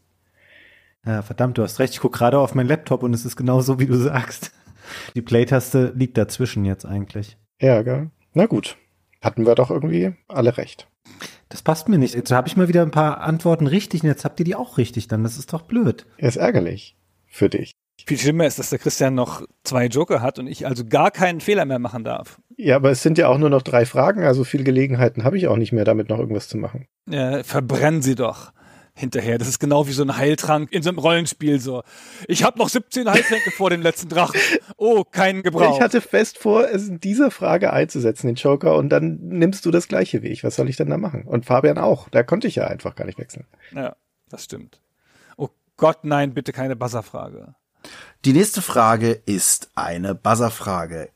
Ja, verdammt, du hast recht. Ich gucke gerade auf meinen Laptop und es ist genau so, wie du sagst. Die Play-Taste liegt dazwischen jetzt eigentlich. Ja, gell? Na gut. Hatten wir doch irgendwie alle recht. Das passt mir nicht. Jetzt habe ich mal wieder ein paar Antworten richtig und jetzt habt ihr die auch richtig dann. Das ist doch blöd. Ist ärgerlich. Für dich. Viel schlimmer ist, dass der Christian noch zwei Joker hat und ich also gar keinen Fehler mehr machen darf. Ja, aber es sind ja auch nur noch drei Fragen, also viel Gelegenheiten habe ich auch nicht mehr, damit noch irgendwas zu machen. Ja, verbrennen sie doch hinterher. Das ist genau wie so ein Heiltrank in so einem Rollenspiel so. Ich habe noch siebzehn Heiltränke vor dem letzten Drachen. Oh, keinen Gebrauch. Ich hatte fest vor, es in dieser Frage einzusetzen, den Joker, und dann nimmst du das gleiche Weg. Was soll ich denn da machen? Und Fabian auch. Da konnte ich ja einfach gar nicht wechseln. Ja, das stimmt. Oh Gott, nein, bitte keine Buzzerfrage. Die nächste Frage ist eine Buzzerfrage.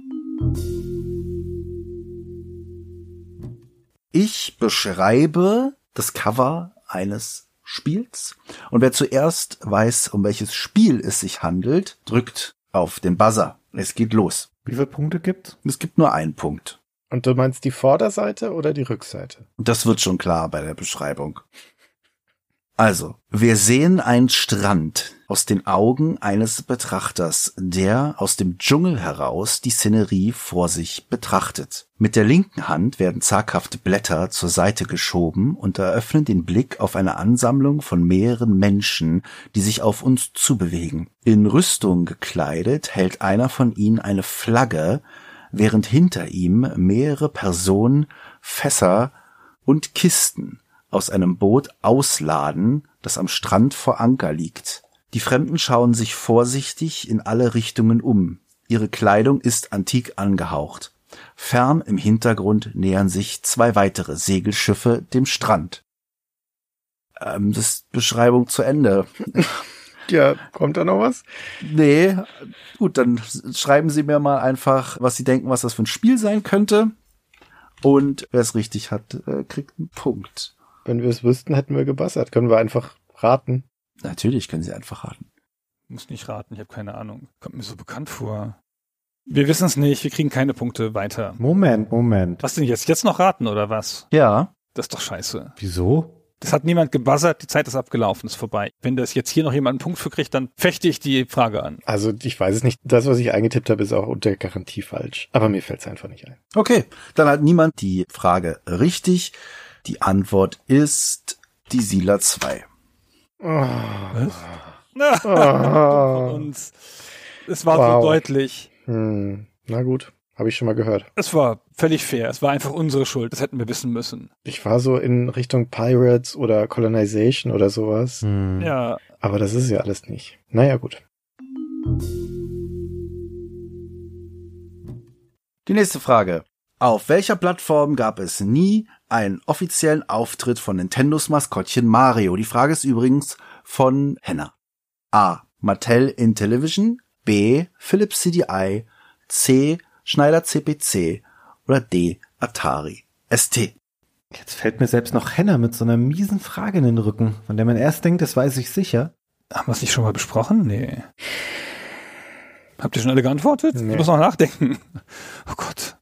Ich beschreibe das Cover eines Spiels und wer zuerst weiß, um welches Spiel es sich handelt, drückt auf den Buzzer. Es geht los. Wie viele Punkte gibt's? Es gibt nur einen Punkt. Und du meinst die Vorderseite oder die Rückseite? Das wird schon klar bei der Beschreibung. Also, wir sehen einen Strand aus den Augen eines Betrachters, der aus dem Dschungel heraus die Szenerie vor sich betrachtet. Mit der linken Hand werden zaghafte Blätter zur Seite geschoben und eröffnen den Blick auf eine Ansammlung von mehreren Menschen, die sich auf uns zubewegen. In Rüstung gekleidet hält einer von ihnen eine Flagge, während hinter ihm mehrere Personen Fässer und Kisten aus einem Boot ausladen, das am Strand vor Anker liegt. Die Fremden schauen sich vorsichtig in alle Richtungen um. Ihre Kleidung ist antik angehaucht. Fern im Hintergrund nähern sich zwei weitere Segelschiffe dem Strand. Ähm, das ist Beschreibung zu Ende. Ja, kommt da noch was? Nee, gut, dann schreiben Sie mir mal einfach, was Sie denken, was das für ein Spiel sein könnte. Und wer es richtig hat, kriegt einen Punkt. Wenn wir es wüssten, hätten wir gebassert. Können wir einfach raten? Natürlich können Sie einfach raten. Muss nicht raten, ich habe keine Ahnung. Kommt mir so bekannt vor. Wir wissen es nicht, wir kriegen keine Punkte weiter. Moment, Moment. Was denn jetzt? Jetzt noch raten, oder was? Ja. Das ist doch scheiße. Wieso? Das hat niemand gebuzzert, die Zeit ist abgelaufen, ist vorbei. Wenn das jetzt hier noch jemand einen Punkt für kriegt, dann fechte ich die Frage an. Also ich weiß es nicht. Das, was ich eingetippt habe, ist auch unter Garantie falsch. Aber mir fällt es einfach nicht ein. Okay, dann hat niemand die Frage richtig. Die Antwort ist die Sila zwei. Oh. Was? Oh. Und es war Wow. so deutlich. Hm. Na gut, habe ich schon mal gehört. Es war völlig fair. Es war einfach unsere Schuld. Das hätten wir wissen müssen. Ich war so in Richtung Pirates oder Colonization oder sowas. Hm. Ja. Aber das ist ja alles nicht. Naja, gut. Die nächste Frage. Auf welcher Plattform gab es nie einen offiziellen Auftritt von Nintendos Maskottchen Mario? Die Frage ist übrigens von Henna. A. Mattel Intellivision, B. Philips C D I, C. Schneider C P C oder D. Atari S T. Jetzt fällt mir selbst noch Henna mit so einer miesen Frage in den Rücken, von der man erst denkt, das weiß ich sicher. Haben wir es nicht schon mal besprochen? Nee. Habt ihr schon alle geantwortet? Nee. Ich muss noch nachdenken. Oh Gott.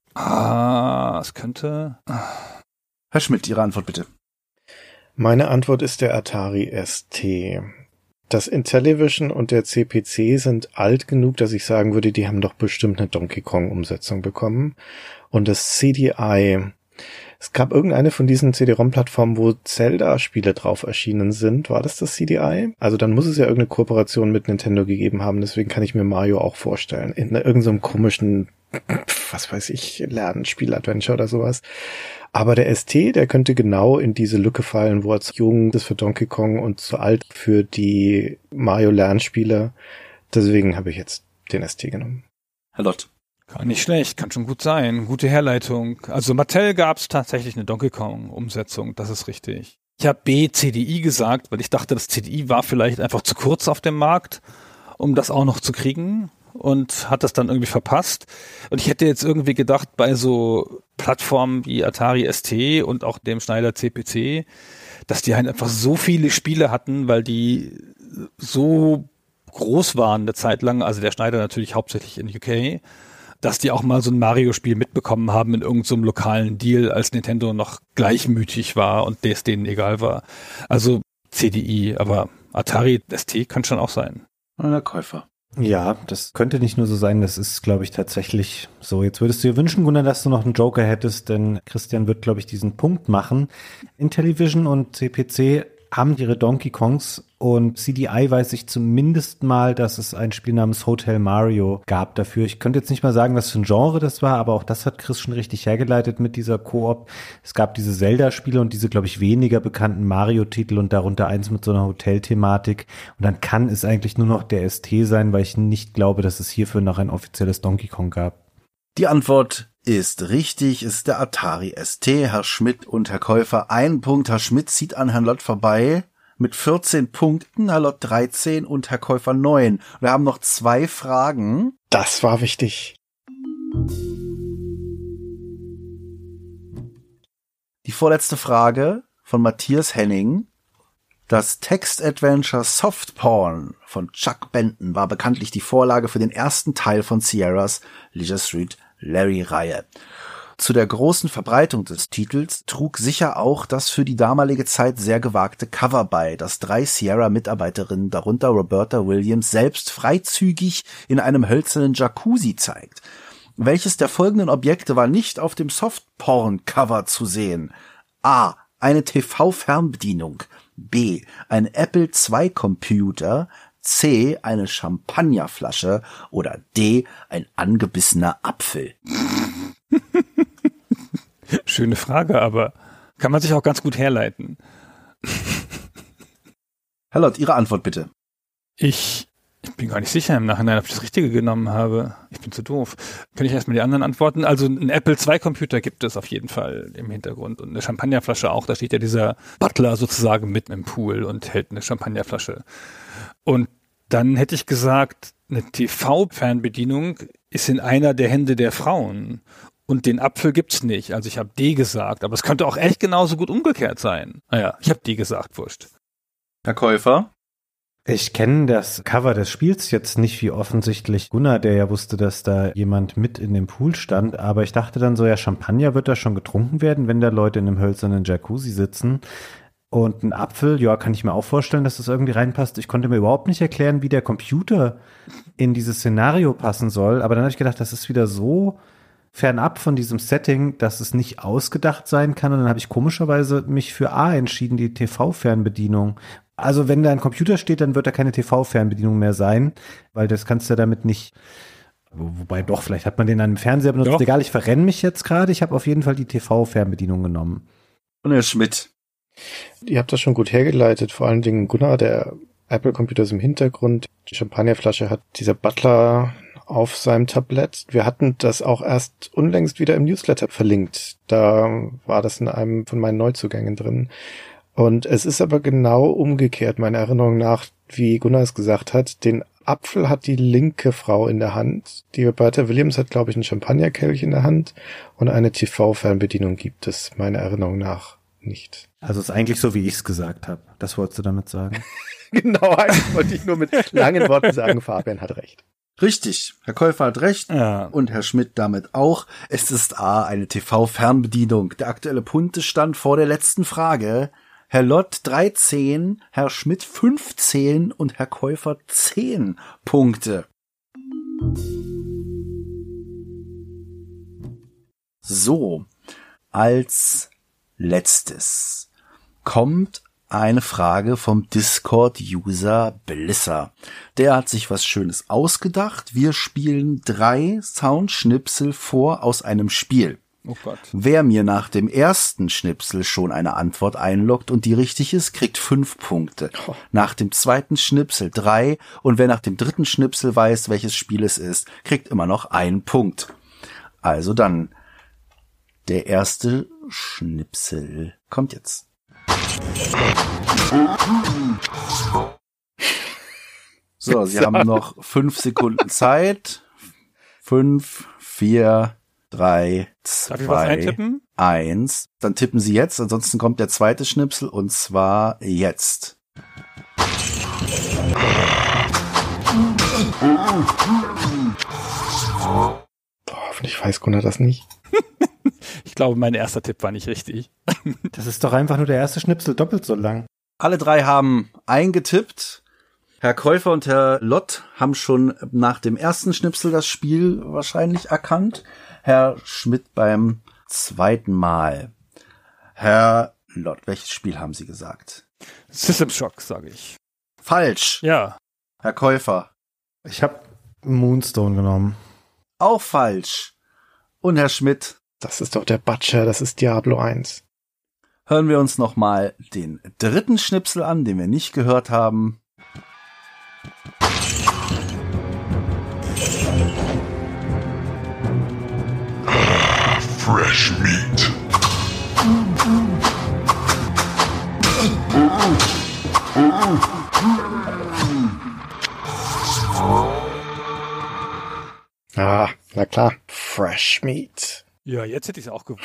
Ah, es könnte... Herr Schmidt, Ihre Antwort bitte. Meine Antwort ist der Atari S T. Das Intellivision und der C P C sind alt genug, dass ich sagen würde, die haben doch bestimmt eine Donkey Kong-Umsetzung bekommen. Und das C D I, es gab irgendeine von diesen C D-ROM-Plattformen, wo Zelda-Spiele drauf erschienen sind. War das das C D I? Also dann muss es ja irgendeine Kooperation mit Nintendo gegeben haben, deswegen kann ich mir Mario auch vorstellen. In irgendeinem so komischen, was weiß ich, Lernspiel-Adventure oder sowas. Aber der S T, der könnte genau in diese Lücke fallen, wo er zu jung ist für Donkey Kong und zu alt für die Mario-Lernspiele. Deswegen habe ich jetzt den S T genommen. Herr Lott. Gar nicht schlecht, kann schon gut sein. Gute Herleitung. Also Mattel gab es tatsächlich eine Donkey Kong-Umsetzung, das ist richtig. Ich habe B, C D I gesagt, weil ich dachte, das C D I war vielleicht einfach zu kurz auf dem Markt, um das auch noch zu kriegen. Und hat das dann irgendwie verpasst. Und ich hätte jetzt irgendwie gedacht, bei so Plattformen wie Atari S T und auch dem Schneider C P C, dass die halt einfach so viele Spiele hatten, weil die so groß waren eine Zeit lang, also der Schneider natürlich hauptsächlich in U K, dass die auch mal so ein Mario-Spiel mitbekommen haben in irgendeinem so lokalen Deal, als Nintendo noch gleichmütig war und das denen egal war. Also C D I, aber Atari S T kann schon auch sein. Einer Käufer. Ja, das könnte nicht nur so sein, das ist, glaube ich, tatsächlich so. Jetzt würdest du dir wünschen, Gunnar, dass du noch einen Joker hättest, denn Christian wird, glaube ich, diesen Punkt machen. Intellivision und C P C haben ihre Donkey Kongs und C D I weiß ich zumindest mal, dass es ein Spiel namens Hotel Mario gab dafür. Ich könnte jetzt nicht mal sagen, was für ein Genre das war, aber auch das hat Chris schon richtig hergeleitet mit dieser Koop. Es gab diese Zelda-Spiele und diese, glaube ich, weniger bekannten Mario-Titel und darunter eins mit so einer Hotel-Thematik. Und dann kann es eigentlich nur noch der S T sein, weil ich nicht glaube, dass es hierfür noch ein offizielles Donkey Kong gab. Die Antwort ist richtig, ist der Atari S T. Herr Schmidt und Herr Käufer, ein Punkt. Herr Schmidt zieht an Herrn Lott vorbei mit vierzehn Punkten, Herr Lott dreizehn und Herr Käufer neun. Wir haben noch zwei Fragen. Das war wichtig. Die vorletzte Frage von Matthias Henning. Das Text-Adventure Soft Porn von Chuck Benton war bekanntlich die Vorlage für den ersten Teil von Sierras Leisure Suit Larry-Reihe. Zu der großen Verbreitung des Titels trug sicher auch das für die damalige Zeit sehr gewagte Cover bei, das drei Sierra-Mitarbeiterinnen, darunter Roberta Williams, selbst freizügig in einem hölzernen Jacuzzi zeigt. Welches der folgenden Objekte war nicht auf dem Softporn-Cover zu sehen? A. Eine T V-Fernbedienung. B. Ein Apple zwei Computer. C. Eine Champagnerflasche. Oder D. Ein angebissener Apfel. Schöne Frage, aber kann man sich auch ganz gut herleiten. Herr Lott, Ihre Antwort bitte. Ich, ich bin gar nicht sicher im Nachhinein, ob ich das Richtige genommen habe. Ich bin zu doof. Kann ich erstmal die anderen antworten? Also ein Apple zwei Computer gibt es auf jeden Fall im Hintergrund und eine Champagnerflasche auch. Da steht ja dieser Butler sozusagen mitten im Pool und hält eine Champagnerflasche. Und dann hätte ich gesagt, eine T V-Fernbedienung ist in einer der Hände der Frauen. Und den Apfel gibt's nicht. Also ich habe D gesagt, aber es könnte auch echt genauso gut umgekehrt sein. Naja, ich habe D gesagt, wurscht. Herr Käufer? Ich kenne das Cover des Spiels jetzt nicht, wie offensichtlich Gunnar, der ja wusste, dass da jemand mit in dem Pool stand, aber ich dachte dann so, ja, Champagner wird da schon getrunken werden, wenn da Leute in einem hölzernen Jacuzzi sitzen. Und ein Apfel, ja, kann ich mir auch vorstellen, dass das irgendwie reinpasst. Ich konnte mir überhaupt nicht erklären, wie der Computer in dieses Szenario passen soll, aber dann habe ich gedacht, das ist wieder so fernab von diesem Setting, dass es nicht ausgedacht sein kann. Und dann habe ich komischerweise mich für A entschieden, die T V-Fernbedienung. Also wenn da ein Computer steht, dann wird da keine T V-Fernbedienung mehr sein, weil das kannst du damit nicht, wobei doch, vielleicht hat man den an einem Fernseher benutzt. Doch. Egal, ich verrenne mich jetzt gerade. Ich habe auf jeden Fall die T V-Fernbedienung genommen. Und Herr Schmidt? Ihr habt das schon gut hergeleitet, vor allen Dingen Gunnar, der Apple-Computer ist im Hintergrund. Die Champagnerflasche hat dieser Butler auf seinem Tablett. Wir hatten das auch erst unlängst wieder im Newsletter verlinkt. Da war das in einem von meinen Neuzugängen drin. Und es ist aber genau umgekehrt, meiner Erinnerung nach, wie Gunnar es gesagt hat. Den Apfel hat die linke Frau in der Hand. Die Roberta Williams hat, glaube ich, einen Champagnerkelch in der Hand. Und eine T V-Fernbedienung gibt es, meiner Erinnerung nach, nicht. Also es ist eigentlich so, wie ich es gesagt habe. Das wolltest du damit sagen? Genau, eigentlich wollte ich nur mit langen Worten sagen, Fabian hat recht. Richtig, Herr Käufer hat recht ja. Und Herr Schmidt damit auch. Es ist A, eine T V-Fernbedienung. Der aktuelle Punktestand vor der letzten Frage. Herr Lott dreizehn, Herr Schmidt fünfzehn und Herr Käufer zehn Punkte. So, als letztes kommt eine Frage vom Discord-User Blissa. Der hat sich was Schönes ausgedacht. Wir spielen drei Soundschnipsel vor aus einem Spiel. Oh Gott. Wer mir nach dem ersten Schnipsel schon eine Antwort einloggt und die richtig ist, kriegt fünf Punkte. Oh. Nach dem zweiten Schnipsel drei und wer nach dem dritten Schnipsel weiß, welches Spiel es ist, kriegt immer noch einen Punkt. Also dann, der erste Schnipsel kommt jetzt. So, Sie haben noch fünf Sekunden Zeit. Fünf, vier, drei, zwei, eins. Dann tippen Sie jetzt, ansonsten kommt der zweite Schnipsel und zwar jetzt. Boah, hoffentlich weiß Gunnar das nicht. Ich glaube, mein erster Tipp war nicht richtig. Das ist doch einfach nur der erste Schnipsel doppelt so lang. Alle drei haben eingetippt. Herr Käufer und Herr Lott haben schon nach dem ersten Schnipsel das Spiel wahrscheinlich erkannt. Herr Schmidt beim zweiten Mal. Herr Lott, welches Spiel haben Sie gesagt? System Shock, sage ich. Falsch. Ja. Herr Käufer. Ich habe Moonstone genommen. Auch falsch. Und Herr Schmidt. Das ist doch der Butcher, das ist Diablo eins. Hören wir uns nochmal den dritten Schnipsel an, den wir nicht gehört haben. Fresh meat. Ah, na klar. Fresh meat. Ja, jetzt hätte ich es auch gewusst.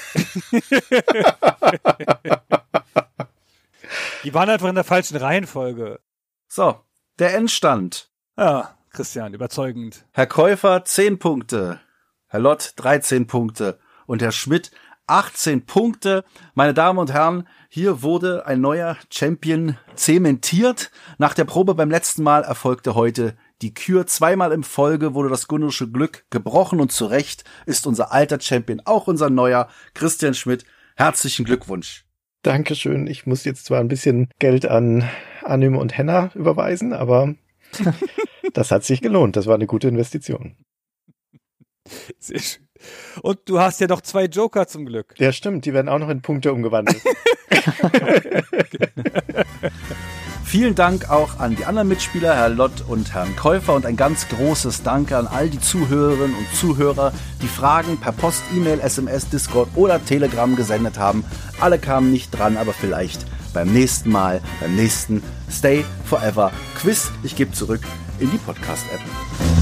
Die waren einfach in der falschen Reihenfolge. So, der Endstand. Ja, Christian, überzeugend. Herr Käufer zehn Punkte, Herr Lott dreizehn Punkte und Herr Schmidt achtzehn Punkte. Meine Damen und Herren, hier wurde ein neuer Champion zementiert. Nach der Probe beim letzten Mal erfolgte heute die Kür. Zweimal in Folge wurde das gunnerische Glück gebrochen und zu Recht ist unser alter Champion auch unser neuer Christian Schmidt. Herzlichen Glückwunsch. Dankeschön. Ich muss jetzt zwar ein bisschen Geld an Anym und Henna überweisen, aber das hat sich gelohnt. Das war eine gute Investition. Sehr schön. Und du hast ja doch zwei Joker zum Glück. Ja, stimmt. Die werden auch noch in Punkte umgewandelt. Vielen Dank auch an die anderen Mitspieler, Herr Lott und Herrn Käufer, und ein ganz großes Danke an all die Zuhörerinnen und Zuhörer, die Fragen per Post, E-Mail, S M S, Discord oder Telegram gesendet haben. Alle kamen nicht dran, aber vielleicht beim nächsten Mal, beim nächsten Stay Forever Quiz. Ich gebe zurück in die Podcast-App.